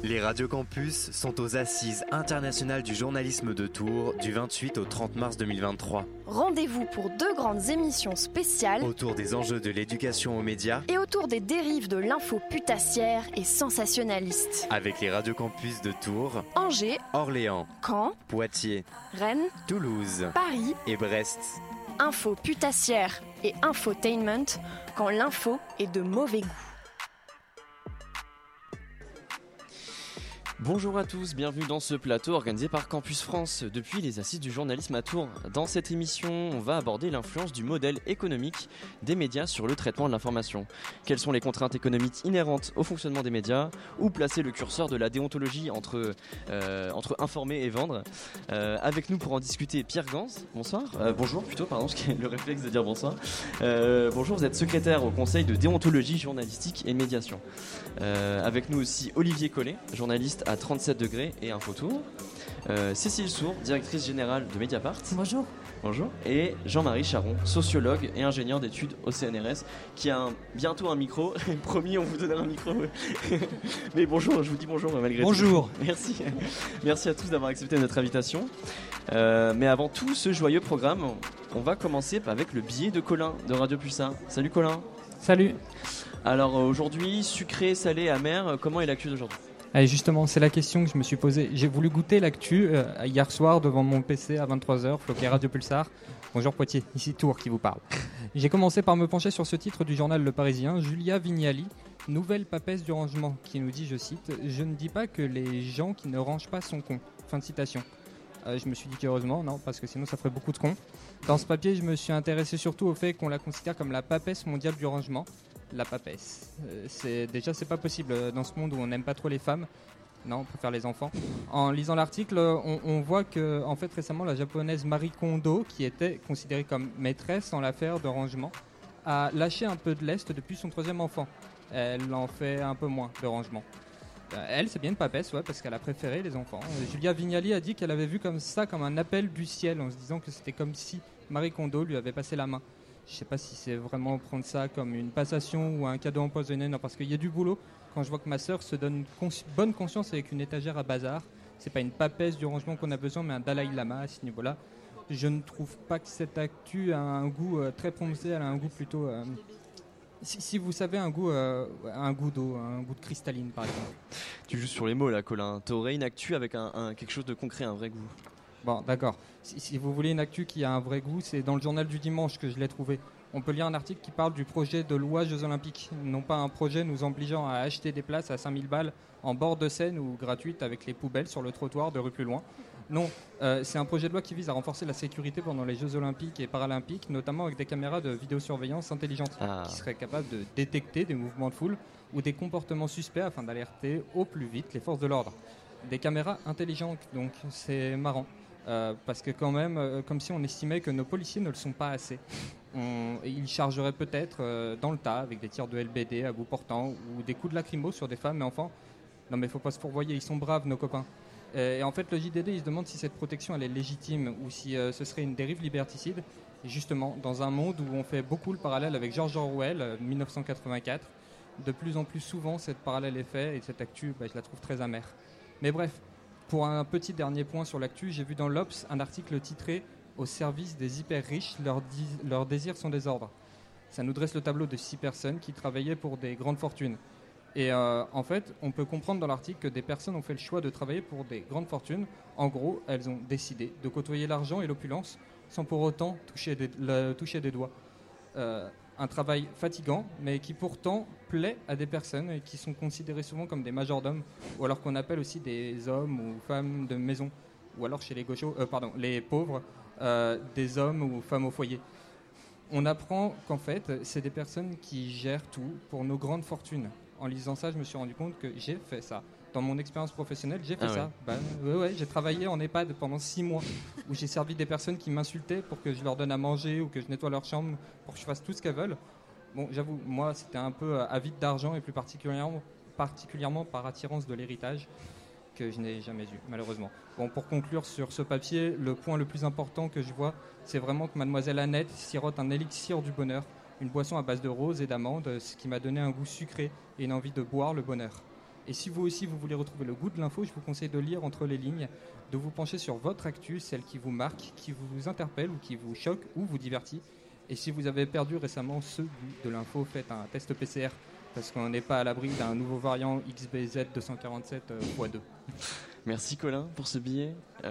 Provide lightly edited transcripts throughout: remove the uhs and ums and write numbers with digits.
Les radios campus sont aux Assises internationales du journalisme de Tours du 28 au 30 mars 2023. Rendez-vous pour 2 grandes émissions spéciales autour des enjeux de l'éducation aux médias et autour des dérives de l'info putassière et sensationnaliste. Avec les radios campus de Tours, Angers, Orléans, Caen, Poitiers, Rennes, Toulouse, Paris et Brest. Info putassière et infotainment quand l'info est de mauvais goût. Bonjour à tous, bienvenue dans ce plateau organisé par Campus France depuis les Assises du journalisme à Tours. Dans cette émission, on va aborder l'influence du modèle économique des médias sur le traitement de l'information. Quelles sont les contraintes économiques inhérentes au fonctionnement des médias? Où placer le curseur de la déontologie entre informer et vendre? Avec nous pour en discuter, Pierre Gans, bonsoir. Bonjour plutôt, pardon, parce qu'il y a le réflexe de dire bonsoir. Bonjour, vous êtes secrétaire au Conseil de déontologie journalistique et médiation. Avec nous aussi Olivier Collet, journaliste à 37 degrés et Infotour. Cécile Sour, directrice générale de Mediapart. Bonjour. Bonjour. Et Jean-Marie Charon, sociologue et ingénieur d'études au CNRS, qui a bientôt un micro. Promis, on vous donnera un micro. Mais bonjour, je vous dis bonjour malgré bonjour. tout. Merci. Merci à tous d'avoir accepté notre invitation. Mais avant tout ce joyeux programme, on va commencer avec le billet de Colin de Radio Pulsar. Salut Colin. Salut. Alors aujourd'hui, sucré, salé, amer, comment est l'actu d'aujourd'hui? Allez, justement, c'est la question que je me suis posée. J'ai voulu goûter l'actu hier soir devant mon PC à 23h, floqué Radio Pulsar. Bonjour Poitiers, ici Tours qui vous parle. J'ai commencé par me pencher sur ce titre du journal Le Parisien, Julia Vignali, nouvelle papesse du rangement, qui nous dit, je cite, « Je ne dis pas que les gens qui ne rangent pas sont cons ». Fin de citation. Je me suis dit qu'heureusement, non, parce que sinon ça ferait beaucoup de cons. Dans ce papier, je me suis intéressé surtout au fait qu'on la considère comme la papesse mondiale du rangement. La papesse. C'est pas possible dans ce monde où on n'aime pas trop les femmes. Non, on préfère les enfants. En lisant l'article, on voit que, en fait, récemment, la japonaise Marie Kondo, qui était considérée comme maîtresse en l'affaire de rangement, a lâché un peu de lest depuis son 3e enfant. Elle en fait un peu moins de rangement. Elle, c'est bien une papesse, ouais, parce qu'elle a préféré les enfants. Julia Vignali a dit qu'elle avait vu comme ça, comme un appel du ciel, en se disant que c'était comme si Marie Kondo lui avait passé la main. Je ne sais pas si c'est vraiment prendre ça comme une passation ou un cadeau empoisonné, non, parce qu'il y a du boulot. Quand je vois que ma sœur se donne bonne conscience avec une étagère à bazar, c'est pas une papesse du rangement qu'on a besoin, mais un Dalai Lama à ce niveau-là. Je ne trouve pas que cette actu a un goût très prononcé, elle a un goût plutôt... Si vous savez, un goût d'eau, un goût de cristalline, par exemple. Tu joues sur les mots là, Colin. T'aurais une actu avec quelque chose de concret, un vrai goût. Bon, d'accord. Si vous voulez une actu qui a un vrai goût, c'est dans le journal du dimanche que je l'ai trouvé. On peut lire un article qui parle du projet de loi Jeux Olympiques. Non pas un projet nous obligeant à acheter des places à 5000 balles en bord de Seine ou gratuites avec les poubelles sur le trottoir de rue plus loin. Non, c'est un projet de loi qui vise à renforcer la sécurité pendant les Jeux Olympiques et Paralympiques, notamment avec des caméras de vidéosurveillance intelligentes qui seraient capables de détecter des mouvements de foule ou des comportements suspects afin d'alerter au plus vite les forces de l'ordre. Des caméras intelligentes, donc c'est marrant. Parce que quand même, comme si on estimait que nos policiers ne le sont pas assez. Ils chargeraient peut-être dans le tas avec des tirs de LBD à bout portant ou des coups de lacrymo sur des femmes et enfants. Non mais il ne faut pas se fourvoyer, ils sont braves nos copains. Et en fait le JDD il se demande si cette protection elle est légitime ou si ce serait une dérive liberticide. Et justement, dans un monde où on fait beaucoup le parallèle avec George Orwell, 1984, de plus en plus souvent cette parallèle est fait et cette actu, je la trouve très amère. Mais bref, pour un petit dernier point sur l'actu, j'ai vu dans l'Obs un article titré « Au service des hyper riches, leurs désirs sont des ordres ». Ça nous dresse le tableau de 6 personnes qui travaillaient pour des grandes fortunes. Et en fait, on peut comprendre dans l'article que des personnes ont fait le choix de travailler pour des grandes fortunes. En gros, elles ont décidé de côtoyer l'argent et l'opulence sans pour autant toucher des doigts. Un travail fatigant, mais qui pourtant plaît à des personnes qui sont considérées souvent comme des majordomes, ou alors qu'on appelle aussi des hommes ou femmes de maison, ou alors chez les pauvres, des hommes ou femmes au foyer. On apprend qu'en fait, c'est des personnes qui gèrent tout pour nos grandes fortunes. En lisant ça, je me suis rendu compte que j'ai fait ça. Dans mon expérience professionnelle, j'ai fait ça. Ouais, j'ai travaillé en EHPAD pendant 6 mois, où j'ai servi des personnes qui m'insultaient pour que je leur donne à manger ou que je nettoie leur chambre, pour que je fasse tout ce qu'elles veulent. Bon, j'avoue, moi, c'était un peu avide d'argent et plus particulièrement par attirance de l'héritage que je n'ai jamais eu, malheureusement. Bon, pour conclure sur ce papier, le point le plus important que je vois, c'est vraiment que mademoiselle Annette sirote un élixir du bonheur, une boisson à base de roses et d'amandes, ce qui m'a donné un goût sucré et une envie de boire le bonheur. Et si vous aussi vous voulez retrouver le goût de l'info, je vous conseille de lire entre les lignes, de vous pencher sur votre actu, celle qui vous marque, qui vous interpelle ou qui vous choque ou vous divertit. Et si vous avez perdu récemment ce goût de l'info, faites un test PCR parce qu'on n'est pas à l'abri d'un nouveau variant XBZ 247x2. Merci Colin pour ce billet.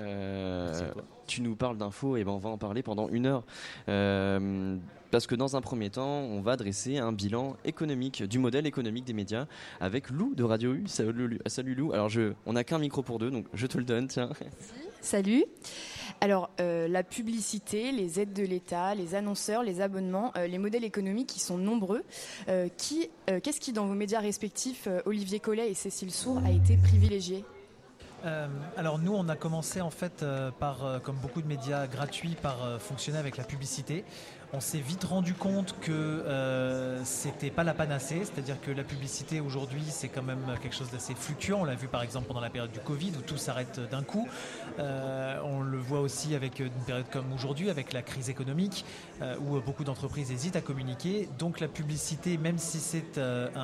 Tu nous parles d'infos, et ben on va en parler pendant 1 heure. Parce que dans un premier temps, on va dresser un bilan économique du modèle économique des médias avec Lou de Radio U. Salut Lou. Alors on n'a qu'un micro pour deux, donc je te le donne. Tiens. Salut. Alors, la publicité, les aides de l'État, les annonceurs, les abonnements, les modèles économiques qui sont nombreux. Qu'est-ce qui, dans vos médias respectifs, Olivier Collet et Cécile Sour, a été privilégié ? Alors nous, on a commencé en fait par, comme beaucoup de médias gratuits, par fonctionner avec la publicité. On s'est vite rendu compte que c'était pas la panacée, c'est-à-dire que la publicité aujourd'hui c'est quand même quelque chose d'assez fluctuant. On l'a vu par exemple pendant la période du Covid où tout s'arrête d'un coup. On le voit aussi avec une période comme aujourd'hui, avec la crise économique où beaucoup d'entreprises hésitent à communiquer. Donc la publicité, même si c'est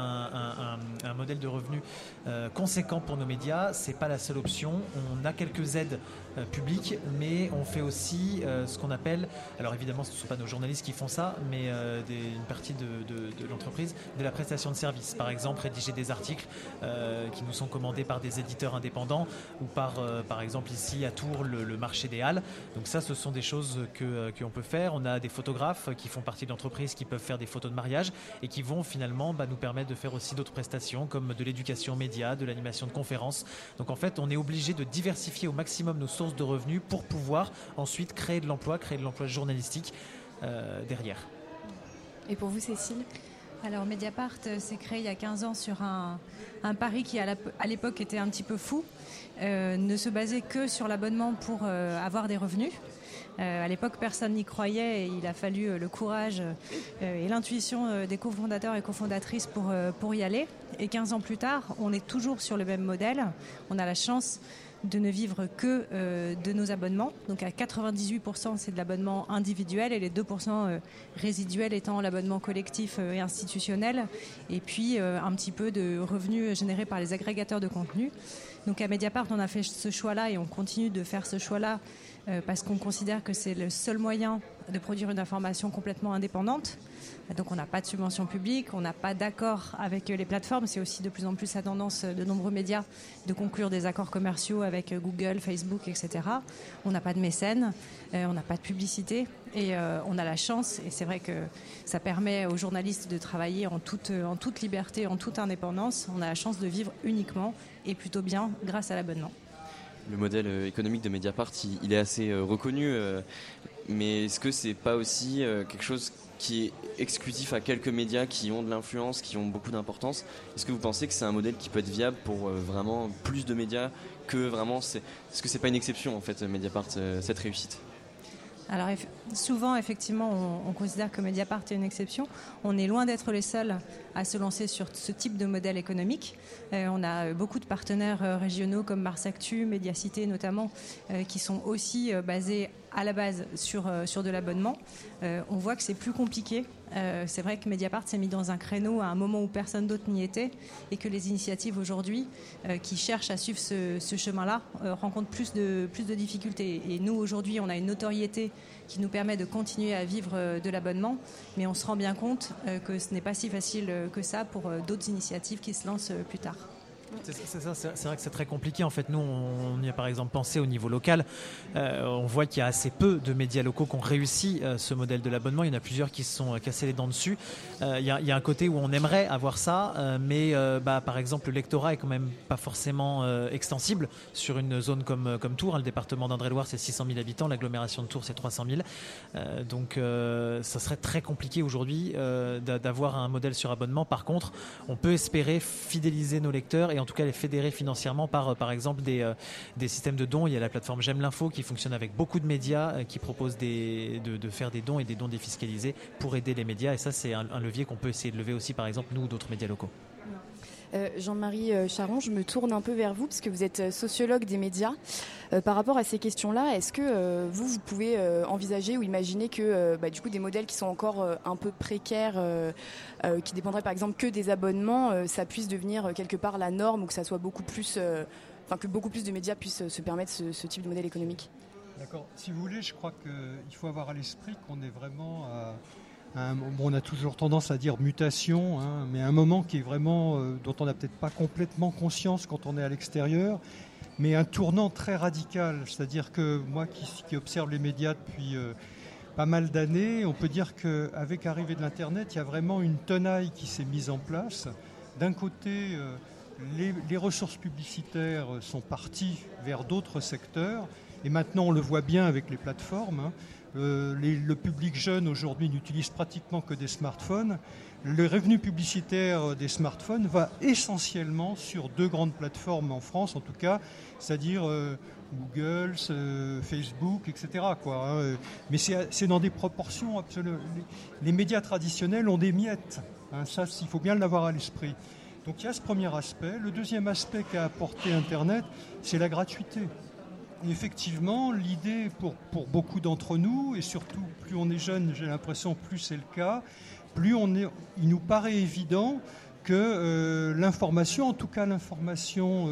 un modèle de revenu conséquent pour nos médias, c'est pas la seule option. On a quelques aides publiques, mais on fait aussi ce qu'on appelle, alors évidemment ce ne sont pas nos journalistes qui font ça, mais une partie de l'entreprise, de la prestation de services. Par exemple, rédiger des articles qui nous sont commandés par des éditeurs indépendants ou par exemple ici à Tours, le marché des Halles. Donc ça, ce sont des choses qu'on peut faire. On a des photographes qui font partie de l'entreprise qui peuvent faire des photos de mariage et qui vont finalement nous permettre de faire aussi d'autres prestations comme de l'éducation média, de l'animation de conférences. Donc en fait, on est obligé de diversifier au maximum nos sources de revenus pour pouvoir ensuite créer de l'emploi journalistique derrière. Et pour vous, Cécile ? Alors Mediapart s'est créé il y a 15 ans sur un pari qui à l'époque était un petit peu fou, ne se basait que sur l'abonnement pour avoir des revenus. À l'époque, personne n'y croyait et il a fallu le courage et l'intuition des cofondateurs et cofondatrices pour y aller. Et 15 ans plus tard, on est toujours sur le même modèle. On a la chance de ne vivre que de nos abonnements. Donc à 98%, c'est de l'abonnement individuel et les 2% résiduels étant l'abonnement collectif et institutionnel. Et puis un petit peu de revenus générés par les agrégateurs de contenu. Donc à Mediapart, on a fait ce choix-là et on continue de faire ce choix-là parce qu'on considère que c'est le seul moyen de produire une information complètement indépendante. Donc on n'a pas de subvention publique, on n'a pas d'accord avec les plateformes. C'est aussi de plus en plus la tendance de nombreux médias de conclure des accords commerciaux avec Google, Facebook, etc. On n'a pas de mécènes, on n'a pas de publicité et on a la chance, et c'est vrai que ça permet aux journalistes de travailler en toute liberté, en toute indépendance. On a la chance de vivre uniquement et plutôt bien grâce à l'abonnement. Le modèle économique de Mediapart, il est assez reconnu, mais est-ce que c'est pas aussi quelque chose qui est exclusif à quelques médias qui ont de l'influence, qui ont beaucoup d'importance? Est-ce que vous pensez que c'est un modèle qui peut être viable pour vraiment plus de médias que vraiment est-ce que c'est pas une exception en fait, Mediapart, cette réussite? Alors souvent, effectivement, on considère que Mediapart est une exception. On est loin d'être les seuls à se lancer sur ce type de modèle économique. On a beaucoup de partenaires régionaux comme Mars Actu, Mediacité notamment, qui sont aussi basés à la base sur de l'abonnement. On voit que c'est plus compliqué. C'est vrai que Mediapart s'est mis dans un créneau à un moment où personne d'autre n'y était et que les initiatives aujourd'hui qui cherchent à suivre ce chemin-là rencontrent plus de difficultés. Et nous, aujourd'hui, on a une notoriété qui nous permet de continuer à vivre de l'abonnement, mais on se rend bien compte que ce n'est pas si facile que ça pour d'autres initiatives qui se lancent plus tard. C'est vrai que c'est très compliqué. En fait, nous, on y a par exemple pensé au niveau local. On voit qu'il y a assez peu de médias locaux qui ont réussi ce modèle de l'abonnement. Il y en a plusieurs qui se sont cassés les dents dessus. Il y a un côté où on aimerait avoir ça, mais par exemple, le lectorat est quand même pas forcément extensible sur une zone comme Tours. Le département d'Indre-et-Loire, c'est 600 000 habitants. L'agglomération de Tours, c'est 300 000. Donc, ça serait très compliqué aujourd'hui d'avoir un modèle sur abonnement. Par contre, on peut espérer fidéliser nos lecteurs et en tout cas les fédérer financièrement par exemple des systèmes de dons. Il y a la plateforme J'aime l'info qui fonctionne avec beaucoup de médias qui proposent de faire des dons et des dons défiscalisés pour aider les médias, et ça c'est un levier qu'on peut essayer de lever aussi par exemple nous ou d'autres médias locaux. Jean-Marie Charon, je me tourne un peu vers vous, parce que vous êtes sociologue des médias. Par rapport à ces questions-là, est-ce que vous pouvez envisager ou imaginer que du coup, des modèles qui sont encore un peu précaires, qui dépendraient par exemple que des abonnements, ça puisse devenir quelque part la norme, ou que ça soit beaucoup plus, que beaucoup plus de médias puissent se permettre ce type de modèle économique? D'accord. Si vous voulez, je crois qu'il faut avoir à l'esprit qu'on est vraiment on a toujours tendance à dire mutation, mais un moment qui est vraiment dont on n'a peut-être pas complètement conscience quand on est à l'extérieur, mais un tournant très radical. C'est-à-dire que moi qui observe les médias depuis pas mal d'années, on peut dire qu'avec l'arrivée de l'Internet, il y a vraiment une tenaille qui s'est mise en place. D'un côté, les ressources publicitaires sont parties vers d'autres secteurs, et maintenant on le voit bien avec les plateformes. Le public jeune aujourd'hui n'utilise pratiquement que des smartphones. Le revenu publicitaire des smartphones va essentiellement sur 2 grandes plateformes en France, en tout cas, c'est-à-dire Google, Facebook, etc. Mais c'est dans des proportions absolument. Les médias traditionnels ont des miettes. Ça, il faut bien l'avoir à l'esprit. Donc il y a ce premier aspect. Le deuxième aspect qu'a apporté Internet, c'est la gratuité. Et effectivement, l'idée pour beaucoup d'entre nous, et surtout plus on est jeune, j'ai l'impression plus c'est le cas, il nous paraît évident que l'information, en tout cas l'information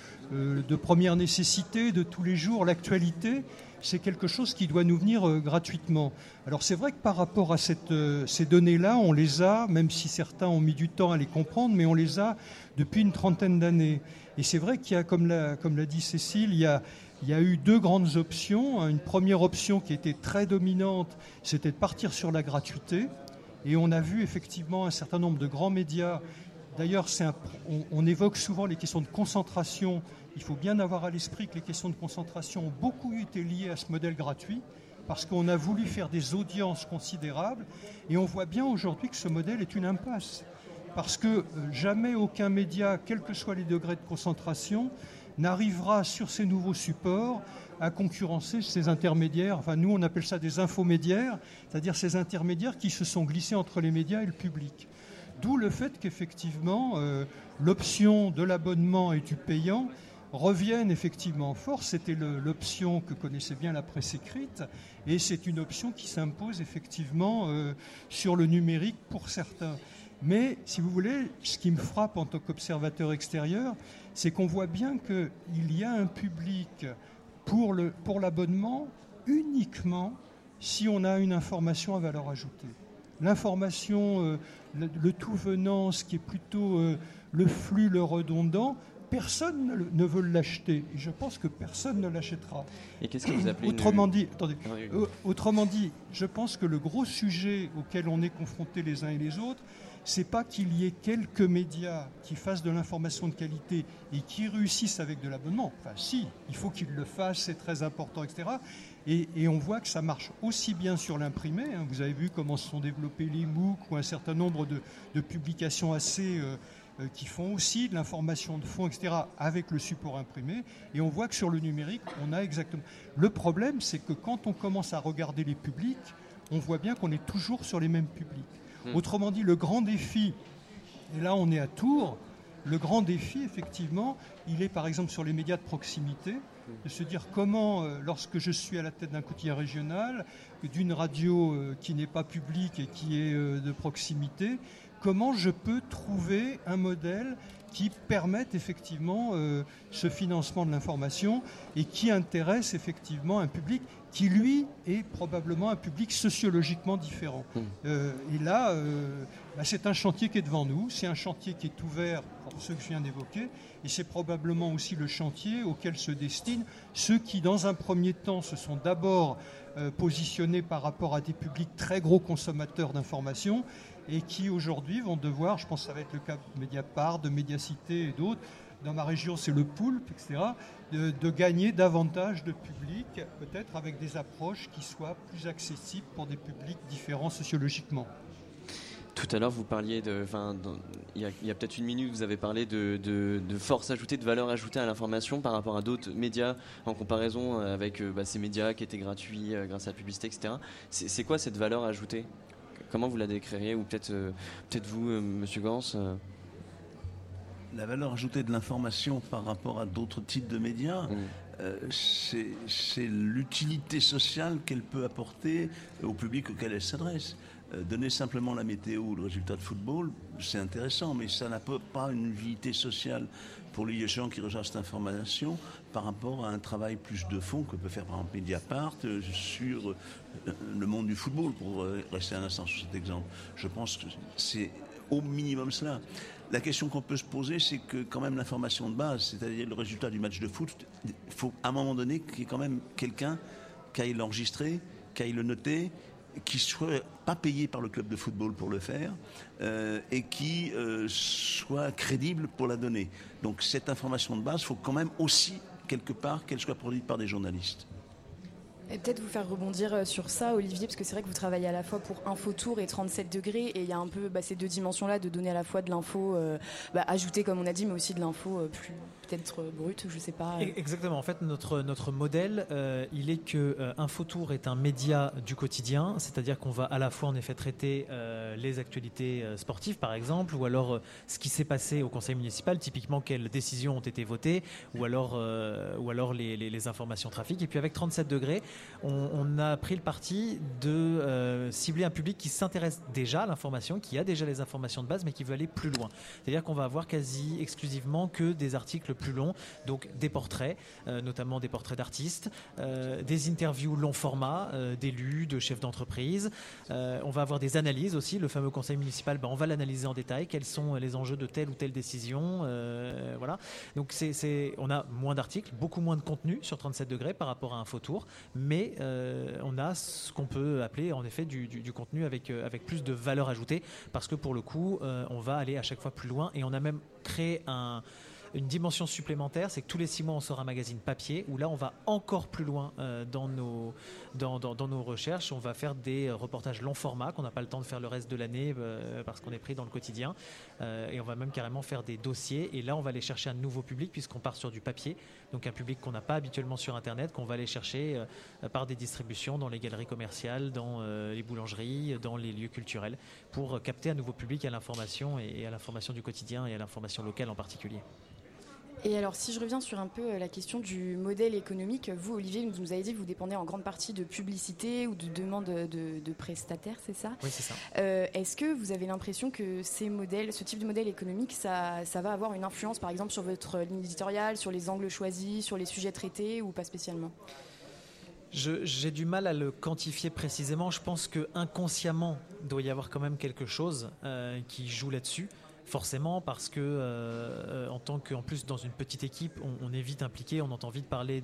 de première nécessité, de tous les jours, l'actualité, c'est quelque chose qui doit nous venir gratuitement. Alors c'est vrai que par rapport à ces données-là, on les a, même si certains ont mis du temps à les comprendre, mais on les a depuis une trentaine d'années. Et c'est vrai qu'il y a, comme l'a dit Cécile, il y a eu 2 grandes options. Une première option qui était très dominante, c'était de partir sur la gratuité. Et on a vu effectivement un certain nombre de grands médias. D'ailleurs, on évoque souvent les questions de concentration. Il faut bien avoir à l'esprit que les questions de concentration ont beaucoup été liées à ce modèle gratuit, parce qu'on a voulu faire des audiences considérables. Et on voit bien aujourd'hui que ce modèle est une impasse. Parce que jamais aucun média, quels que soient les degrés de concentration, n'arrivera sur ces nouveaux supports à concurrencer ces intermédiaires. Enfin, nous, on appelle ça des infomédiaires, c'est-à-dire ces intermédiaires qui se sont glissés entre les médias et le public. D'où le fait qu'effectivement, l'option de l'abonnement et du payant reviennent effectivement fort. C'était l'option que connaissait bien la presse écrite, et c'est une option qui s'impose effectivement sur le numérique pour certains. Mais, si vous voulez, ce qui me frappe en tant qu'observateur extérieur, c'est qu'on voit bien qu'il y a un public pour l'abonnement uniquement si on a une information à valeur ajoutée. L'information, le tout venant, ce qui est plutôt le flux, le redondant, personne ne veut l'acheter. Et je pense que personne ne l'achètera. Et qu'est-ce que vous appelez Autrement dit, je pense que le gros sujet auquel on est confrontés les uns et les autres, c'est pas qu'il y ait quelques médias qui fassent de l'information de qualité et qui réussissent avec de l'abonnement. Enfin, si, il faut qu'ils le fassent, c'est très important, etc. Et on voit que ça marche aussi bien sur l'imprimé. Vous avez vu comment se sont développés les MOOC ou un certain nombre de publications assez qui font aussi de l'information de fond, etc., avec le support imprimé. Et on voit que sur le numérique, on a exactement... Le problème, c'est que quand on commence à regarder les publics, on voit bien qu'on est toujours sur les mêmes publics. Autrement dit, le grand défi, et là on est à Tours, le grand défi, effectivement, il est par exemple sur les médias de proximité, de se dire comment, lorsque je suis à la tête d'un quotidien régional, d'une radio qui n'est pas publique et qui est de proximité, comment je peux trouver un modèle qui permette effectivement ce financement de l'information et qui intéresse effectivement un public qui, lui, est probablement un public sociologiquement différent. Et là, c'est un chantier qui est devant nous, c'est un chantier qui est ouvert pour ceux que je viens d'évoquer, et c'est probablement aussi le chantier auquel se destinent ceux qui, dans un premier temps, se sont d'abord positionnés par rapport à des publics très gros consommateurs d'informations, et qui aujourd'hui vont devoir, je pense que ça va être le cas de Mediapart, de Mediacité et d'autres, dans ma région c'est le Poulpe, etc., de gagner davantage de public, peut-être avec des approches qui soient plus accessibles pour des publics différents sociologiquement. Tout à l'heure, vous parliez il y a peut-être une minute, vous avez parlé de force ajoutée, de valeur ajoutée à l'information par rapport à d'autres médias en comparaison avec ces médias qui étaient gratuits grâce à la publicité, etc. C'est quoi cette valeur ajoutée ? Comment vous la décririez ? Ou peut-être vous, Monsieur Gans La valeur ajoutée de l'information par rapport à d'autres types de médias, c'est l'utilité sociale qu'elle peut apporter au public auquel elle s'adresse. Donner simplement la météo ou le résultat de football, c'est intéressant, mais ça n'a pas une utilité sociale pour les gens qui reçoivent cette information par rapport à un travail plus de fond que peut faire par exemple Mediapart sur le monde du football, pour rester un instant sur cet exemple. Je pense que c'est au minimum cela. La question qu'on peut se poser, c'est que quand même l'information de base, c'est-à-dire le résultat du match de foot, il faut à un moment donné qu'il y ait quand même quelqu'un qui aille l'enregistrer, qui aille le noter, qui soit pas payé par le club de football pour le faire et qui soit crédible pour la donner. Donc cette information de base, il faut quand même aussi quelque part qu'elle soit produite par des journalistes. Et peut-être vous faire rebondir sur ça, Olivier, parce que c'est vrai que vous travaillez à la fois pour Infotour et 37 degrés, et il y a un peu ces deux dimensions-là, de donner à la fois de l'info ajoutée, comme on a dit, mais aussi de l'info plus peut-être brute, je sais pas. Exactement. En fait, notre modèle, il est que Infotour est un média du quotidien, c'est-à-dire qu'on va à la fois en effet traiter les actualités sportives, par exemple, ou alors ce qui s'est passé au conseil municipal, typiquement quelles décisions ont été votées, ou alors les informations trafic. Et puis avec 37 degrés, on a pris le parti de cibler un public qui s'intéresse déjà à l'information, qui a déjà les informations de base, mais qui veut aller plus loin. C'est-à-dire qu'on va avoir quasi exclusivement que des articles plus longs, donc des portraits, notamment des portraits d'artistes, des interviews long format, d'élus, de chefs d'entreprise. On va avoir des analyses aussi. Le fameux conseil municipal, on va l'analyser en détail. Quels sont les enjeux de telle ou telle décision, voilà. Donc on a moins d'articles, beaucoup moins de contenu sur 37 degrés par rapport à Infotour, mais on a ce qu'on peut appeler en effet du contenu avec plus de valeur ajoutée, parce que pour le coup, on va aller à chaque fois plus loin, et on a même créé une dimension supplémentaire, c'est que tous les 6 mois on sort un magazine papier où là on va encore plus loin dans nos recherches. On va faire des reportages long format qu'on n'a pas le temps de faire le reste de l'année parce qu'on est pris dans le quotidien, et on va même carrément faire des dossiers, et là on va aller chercher un nouveau public puisqu'on part sur du papier, donc un public qu'on n'a pas habituellement sur internet, qu'on va aller chercher par des distributions dans les galeries commerciales, dans les boulangeries, dans les lieux culturels, pour capter un nouveau public à l'information, et à l'information du quotidien, et à l'information locale en particulier. Et alors, si je reviens sur un peu la question du modèle économique, vous, Olivier, vous nous avez dit que vous dépendez en grande partie de publicité ou de demandes de prestataires, c'est ça ? Oui, c'est ça. Est-ce que vous avez l'impression que ce type de modèle économique, ça va avoir une influence, par exemple, sur votre ligne éditoriale, sur les angles choisis, sur les sujets traités, ou pas spécialement ? J'ai du mal à le quantifier précisément. Je pense que inconsciemment, il doit y avoir quand même quelque chose qui joue là-dessus. Forcément, parce que en plus dans une petite équipe, on est vite impliqué, on entend vite parler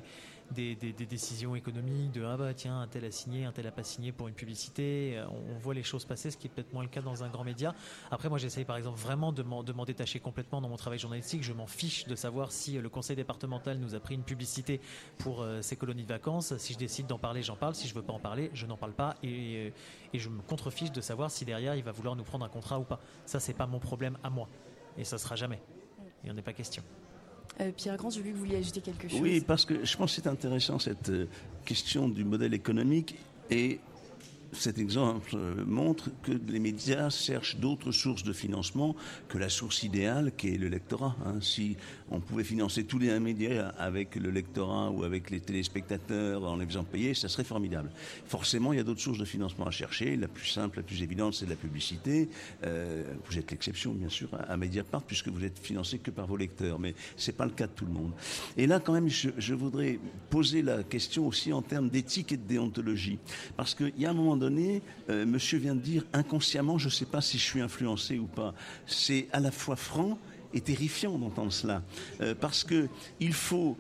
des décisions économiques, de tiens, un tel a signé, un tel a pas signé pour une publicité. On voit les choses passer, ce qui est peut-être moins le cas dans un grand média. Après, moi, j'essaye par exemple vraiment de m'en détacher complètement dans mon travail journalistique. Je m'en fiche de savoir si le conseil départemental nous a pris une publicité pour ses colonies de vacances. Si je décide d'en parler, j'en parle. Si je veux pas en parler, je n'en parle pas. Et je me contrefiche de savoir si derrière il va vouloir nous prendre un contrat ou pas. Ça, c'est pas mon problème à moi, et ça sera jamais. Il n'y en est pas question. Pierre Grand, j'ai vu que vous vouliez ajouter quelque chose. Oui, parce que je pense que c'est intéressant cette question du modèle économique, et cet exemple montre que les médias cherchent d'autres sources de financement que la source idéale qui est le lectorat. Si on pouvait financer tous les médias avec le lectorat ou avec les téléspectateurs en les faisant payer, ça serait formidable. Forcément, il y a d'autres sources de financement à chercher. La plus simple, la plus évidente, c'est de la publicité. Vous êtes l'exception, bien sûr, à Mediapart, puisque vous êtes financé que par vos lecteurs, mais c'est pas le cas de tout le monde. Et là, quand même, je voudrais poser la question aussi en termes d'éthique et de déontologie, parce qu'il y a un moment donné, monsieur vient de dire inconsciemment, je ne sais pas si je suis influencé ou pas. C'est à la fois franc et terrifiant d'entendre cela, parce que il faut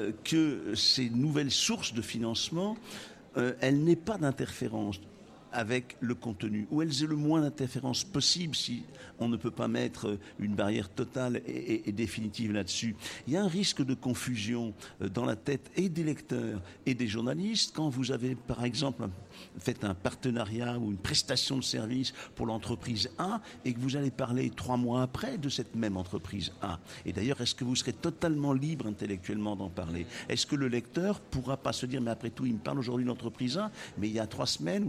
que ces nouvelles sources de financement, elles n'aient pas d'interférence avec le contenu, ou elles aient le moins d'interférence possible, si on ne peut pas mettre une barrière totale et définitive là-dessus. Il y a un risque de confusion dans la tête et des lecteurs et des journalistes quand vous avez, par exemple, fait un partenariat ou une prestation de service pour l'entreprise A et que vous allez parler 3 mois après de cette même entreprise A. Et d'ailleurs, est-ce que vous serez totalement libre intellectuellement d'en parler ? Est-ce que le lecteur pourra pas se dire, mais après tout, il me parle aujourd'hui de l'entreprise A, mais il y a 3 semaines ou 2 mois,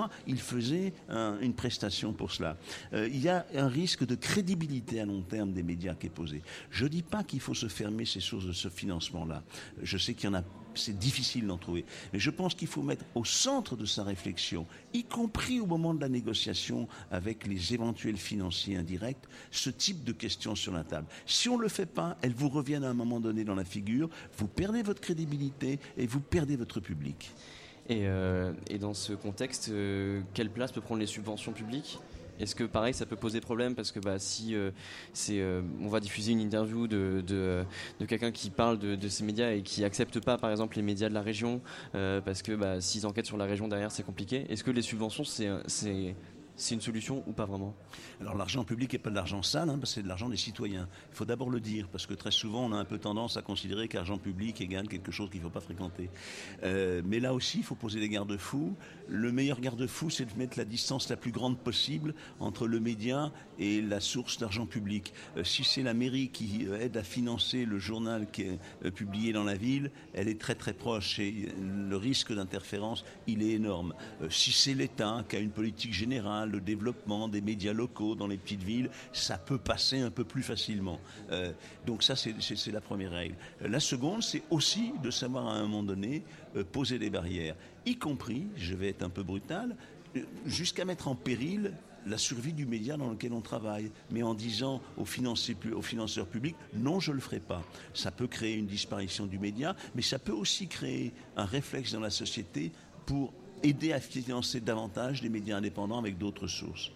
pourquoi il faisait une prestation pour cela. Il y a un risque de crédibilité à long terme des médias qui est posé. Je ne dis pas qu'il faut se fermer ces sources de ce financement-là. Je sais qu'il y en a, c'est difficile d'en trouver. Mais je pense qu'il faut mettre au centre de sa réflexion, y compris au moment de la négociation avec les éventuels financiers indirects, ce type de questions sur la table. Si on ne le fait pas, elles vous reviennent à un moment donné dans la figure, vous perdez votre crédibilité et vous perdez votre public. Et dans ce contexte, quelle place peut prendre les subventions publiques ? Est-ce que pareil ça peut poser problème parce que si on va diffuser une interview de quelqu'un qui parle de ces médias et qui accepte pas par exemple les médias de la région parce que s'ils enquêtent sur la région derrière c'est compliqué. Est-ce que les subventions c'est une solution ou pas vraiment ? Alors l'argent public n'est pas de l'argent sale, parce que c'est de l'argent des citoyens. Il faut d'abord le dire, parce que très souvent on a un peu tendance à considérer qu'argent public égale quelque chose qu'il ne faut pas fréquenter. Mais là aussi, il faut poser des garde-fous. Le meilleur garde-fou, c'est de mettre la distance la plus grande possible entre le média et la source d'argent public. Si c'est la mairie qui aide à financer le journal qui est publié dans la ville, elle est très très proche et le risque d'interférence, il est énorme. Si c'est l'État qui a une politique générale, le développement des médias locaux dans les petites villes, ça peut passer un peu plus facilement. Donc ça, c'est la première règle. La seconde, c'est aussi de savoir à un moment donné poser des barrières, y compris, je vais être un peu brutal, jusqu'à mettre en péril la survie du média dans lequel on travaille, mais en disant aux financeurs publics, non, je ne le ferai pas. Ça peut créer une disparition du média, mais ça peut aussi créer un réflexe dans la société pour aider à financer davantage des médias indépendants avec d'autres sources.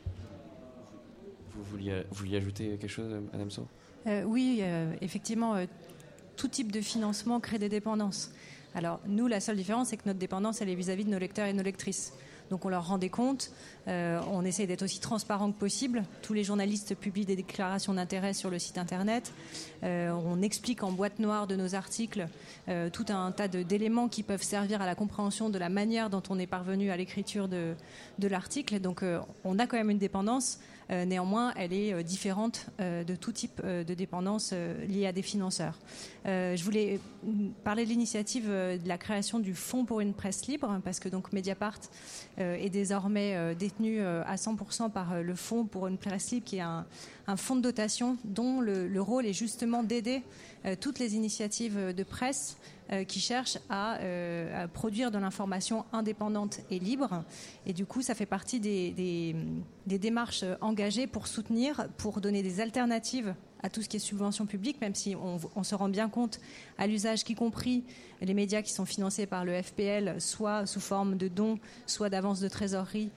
Vous vouliez ajouter quelque chose, Madame Saut ? Oui, effectivement, tout type de financement crée des dépendances. Alors, nous, la seule différence, c'est que notre dépendance, elle est vis-à-vis de nos lecteurs et nos lectrices. Donc on leur rend des comptes, on essaie d'être aussi transparent que possible. Tous les journalistes publient des déclarations d'intérêt sur le site internet. On explique en boîte noire de nos articles tout un tas d'éléments qui peuvent servir à la compréhension de la manière dont on est parvenu à l'écriture de l'article. Donc on a quand même une dépendance. Néanmoins, elle est différente de tout type de dépendance liée à des financeurs. Je voulais parler de l'initiative de la création du Fonds pour une presse libre, parce que donc Mediapart est désormais détenu à 100% par le Fonds pour une presse libre, qui est un fonds de dotation dont le rôle est justement d'aider toutes les initiatives de presse qui cherchent à produire de l'information indépendante et libre. Et du coup, ça fait partie des démarches engagées pour soutenir, pour donner des alternatives à tout ce qui est subvention publique, même si on se rend bien compte à l'usage qu'y compris les médias qui sont financés par le FPL, soit sous forme de dons, soit d'avance de trésorerie,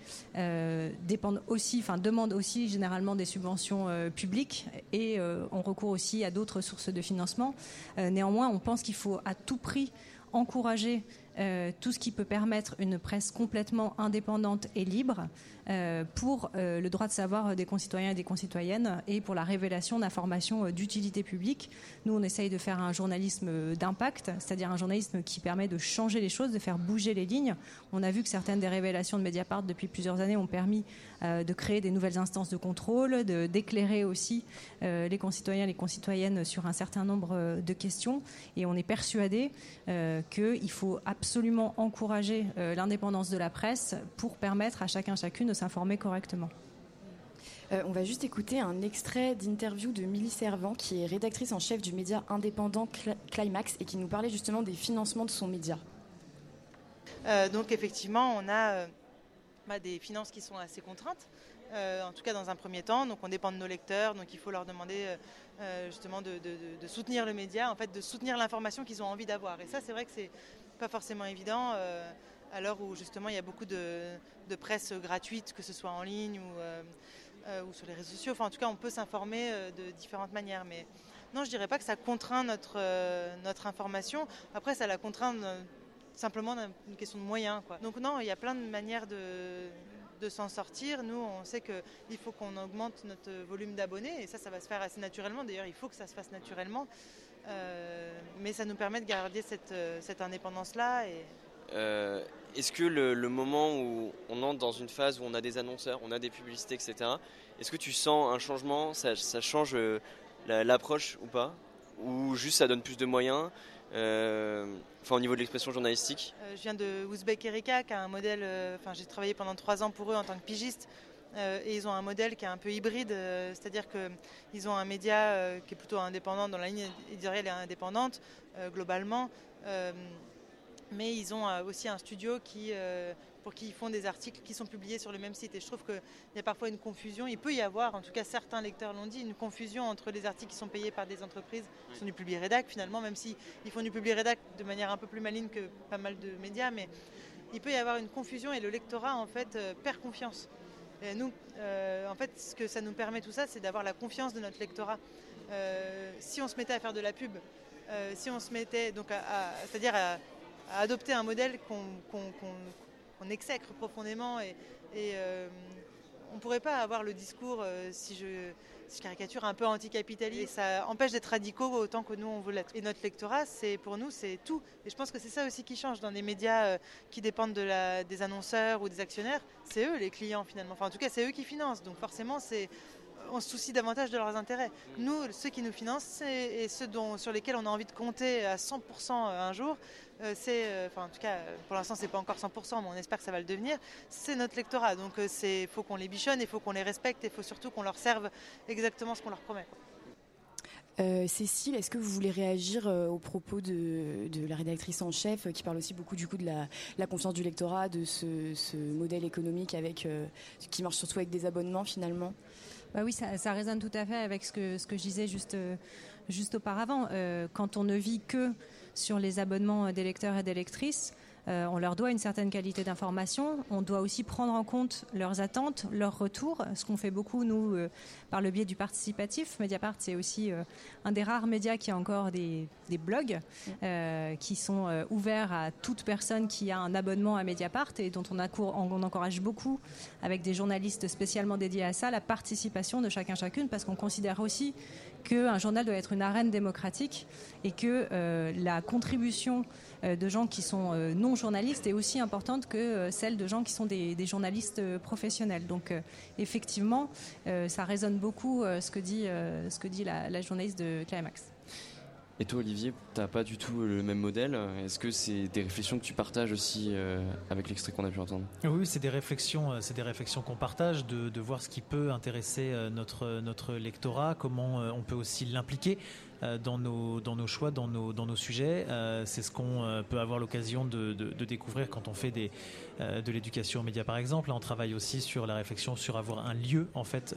demandent aussi généralement des subventions publiques et on recourt aussi à d'autres sources de financement. Néanmoins, on pense qu'il faut à tout prix encourager tout ce qui peut permettre une presse complètement indépendante et libre pour le droit de savoir des concitoyens et des concitoyennes et pour la révélation d'informations d'utilité publique. Nous, on essaye de faire un journalisme d'impact, c'est-à-dire un journalisme qui permet de changer les choses, de faire bouger les lignes. On a vu que certaines des révélations de Mediapart depuis plusieurs années ont permis de créer des nouvelles instances de contrôle, d'éclairer aussi les concitoyens et les concitoyennes sur un certain nombre de questions. Et on est persuadé qu'il faut absolument encourager l'indépendance de la presse pour permettre à chacune de s'informer correctement. On va juste écouter un extrait d'interview de Milly Servant, qui est rédactrice en chef du média indépendant Climax et qui nous parlait justement des financements de son média. Donc effectivement, on a des finances qui sont assez contraintes, en tout cas dans un premier temps. Donc on dépend de nos lecteurs, donc il faut leur demander justement de soutenir le média, en fait de soutenir l'information qu'ils ont envie d'avoir. Et ça, c'est vrai que c'est pas forcément évident à l'heure où justement il y a beaucoup de presse gratuite, que ce soit en ligne ou sur les réseaux sociaux. Enfin, en tout cas, on peut s'informer de différentes manières. Mais non, je dirais pas que ça contraint notre information. Après, ça la contraint simplement d'une question de moyens, quoi. Donc non, il y a plein de manières de s'en sortir. Nous, on sait qu'il faut qu'on augmente notre volume d'abonnés et ça va se faire assez naturellement. D'ailleurs, il faut que ça se fasse naturellement. Mais ça nous permet de garder cette indépendance-là. Est-ce que le moment où on entre dans une phase où on a des annonceurs, on a des publicités, etc., est-ce que tu sens un changement, ça change l'approche ou pas ? Ou juste ça donne plus de moyens ? au niveau de l'expression journalistique? Je viens de Ouzbek Erika, qui a un modèle. J'ai travaillé pendant 3 ans pour eux en tant que pigiste. Et ils ont un modèle qui est un peu hybride, c'est-à-dire qu'ils ont un média qui est plutôt indépendant, dans la ligne éditoriale est indépendante globalement, mais ils ont aussi un studio pour qui ils font des articles qui sont publiés sur le même site. Et je trouve qu'il y a parfois une confusion, il peut y avoir, en tout cas certains lecteurs l'ont dit, une confusion entre les articles qui sont payés par des entreprises qui sont du public-rédac finalement, même s'ils font du public-rédac de manière un peu plus maligne que pas mal de médias, mais il peut y avoir une confusion et le lectorat en fait perd confiance. Et nous, en fait, ce que ça nous permet tout ça, c'est d'avoir la confiance de notre lectorat. Si on se mettait à faire de la pub, si on se mettait donc c'est-à-dire à adopter un modèle qu'on exècre profondément et on ne pourrait pas avoir le discours, si je caricature, un peu anticapitaliste. Et ça empêche d'être radicaux autant que nous on veut l'être. Et notre lectorat, pour nous, c'est tout. Et je pense que c'est ça aussi qui change dans des médias qui dépendent des annonceurs ou des actionnaires. C'est eux les clients finalement. Enfin, en tout cas, c'est eux qui financent. Donc forcément, on se soucie davantage de leurs intérêts. Nous, ceux qui nous financent et ceux sur lesquels on a envie de compter à 100% un jour, en tout cas, pour l'instant, c'est pas encore 100%, mais on espère que ça va le devenir. C'est notre lectorat. Donc, faut qu'on les bichonne, il faut qu'on les respecte, et il faut surtout qu'on leur serve exactement ce qu'on leur promet. Cécile, est-ce que vous voulez réagir aux propos de la rédactrice en chef qui parle aussi beaucoup du coup de la confiance du lectorat, de ce modèle économique qui marche surtout avec des abonnements finalement? Bah oui, ça résonne tout à fait avec ce que je disais juste auparavant. Quand on ne vit que sur les abonnements des lecteurs et des lectrices, on leur doit une certaine qualité d'information. On doit aussi prendre en compte leurs attentes, leurs retours, ce qu'on fait beaucoup, nous, par le biais du participatif. Mediapart, c'est aussi un des rares médias qui a encore des blogs qui sont ouverts à toute personne qui a un abonnement à Mediapart et dont on encourage beaucoup, avec des journalistes spécialement dédiés à ça, la participation de chacune, parce qu'on considère aussi qu'un journal doit être une arène démocratique et que la contribution de gens qui sont non journalistes est aussi importante que celle de gens qui sont des journalistes professionnels. Donc effectivement, ça résonne beaucoup ce que dit la journaliste de Climax. Et toi, Olivier, tu n'as pas du tout le même modèle. Est-ce que c'est des réflexions que tu partages aussi avec l'extrait qu'on a pu entendre? Oui, c'est des réflexions qu'on partage, de voir ce qui peut intéresser notre lectorat, comment on peut aussi l'impliquer dans nos choix, dans nos sujets. C'est ce qu'on peut avoir l'occasion de découvrir quand on fait de l'éducation aux médias, par exemple. Là, on travaille aussi sur la réflexion sur avoir un lieu en fait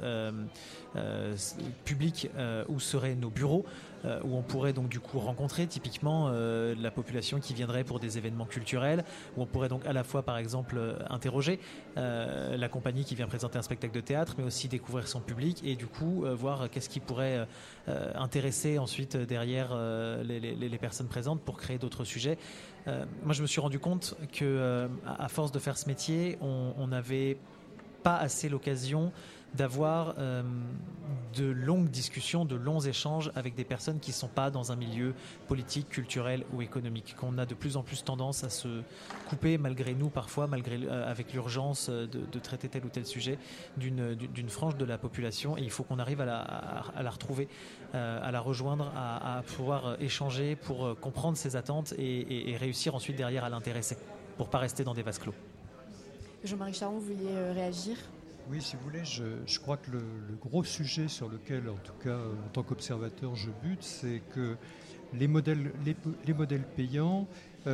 public où seraient nos bureaux, où on pourrait donc du coup rencontrer typiquement la population qui viendrait pour des événements culturels, où on pourrait donc à la fois par exemple interroger la compagnie qui vient présenter un spectacle de théâtre, mais aussi découvrir son public et du coup voir qu'est-ce qui pourrait intéresser ensuite derrière les personnes présentes pour créer d'autres sujets. Moi je me suis rendu compte que à force de faire ce métier, on n'avait pas assez l'occasion d'avoir de longues discussions, de longs échanges avec des personnes qui ne sont pas dans un milieu politique, culturel ou économique, qu'on a de plus en plus tendance à se couper, malgré nous parfois, avec l'urgence de traiter tel ou tel sujet, d'une frange de la population, et il faut qu'on arrive à la retrouver, à la rejoindre, à pouvoir échanger pour comprendre ses attentes et réussir ensuite derrière à l'intéresser, pour ne pas rester dans des vases clos. Jean-Marie Charon, vous vouliez réagir ? Oui, si vous voulez, je crois que le gros sujet sur lequel, en tout cas, en tant qu'observateur, je bute, c'est que les modèles payants,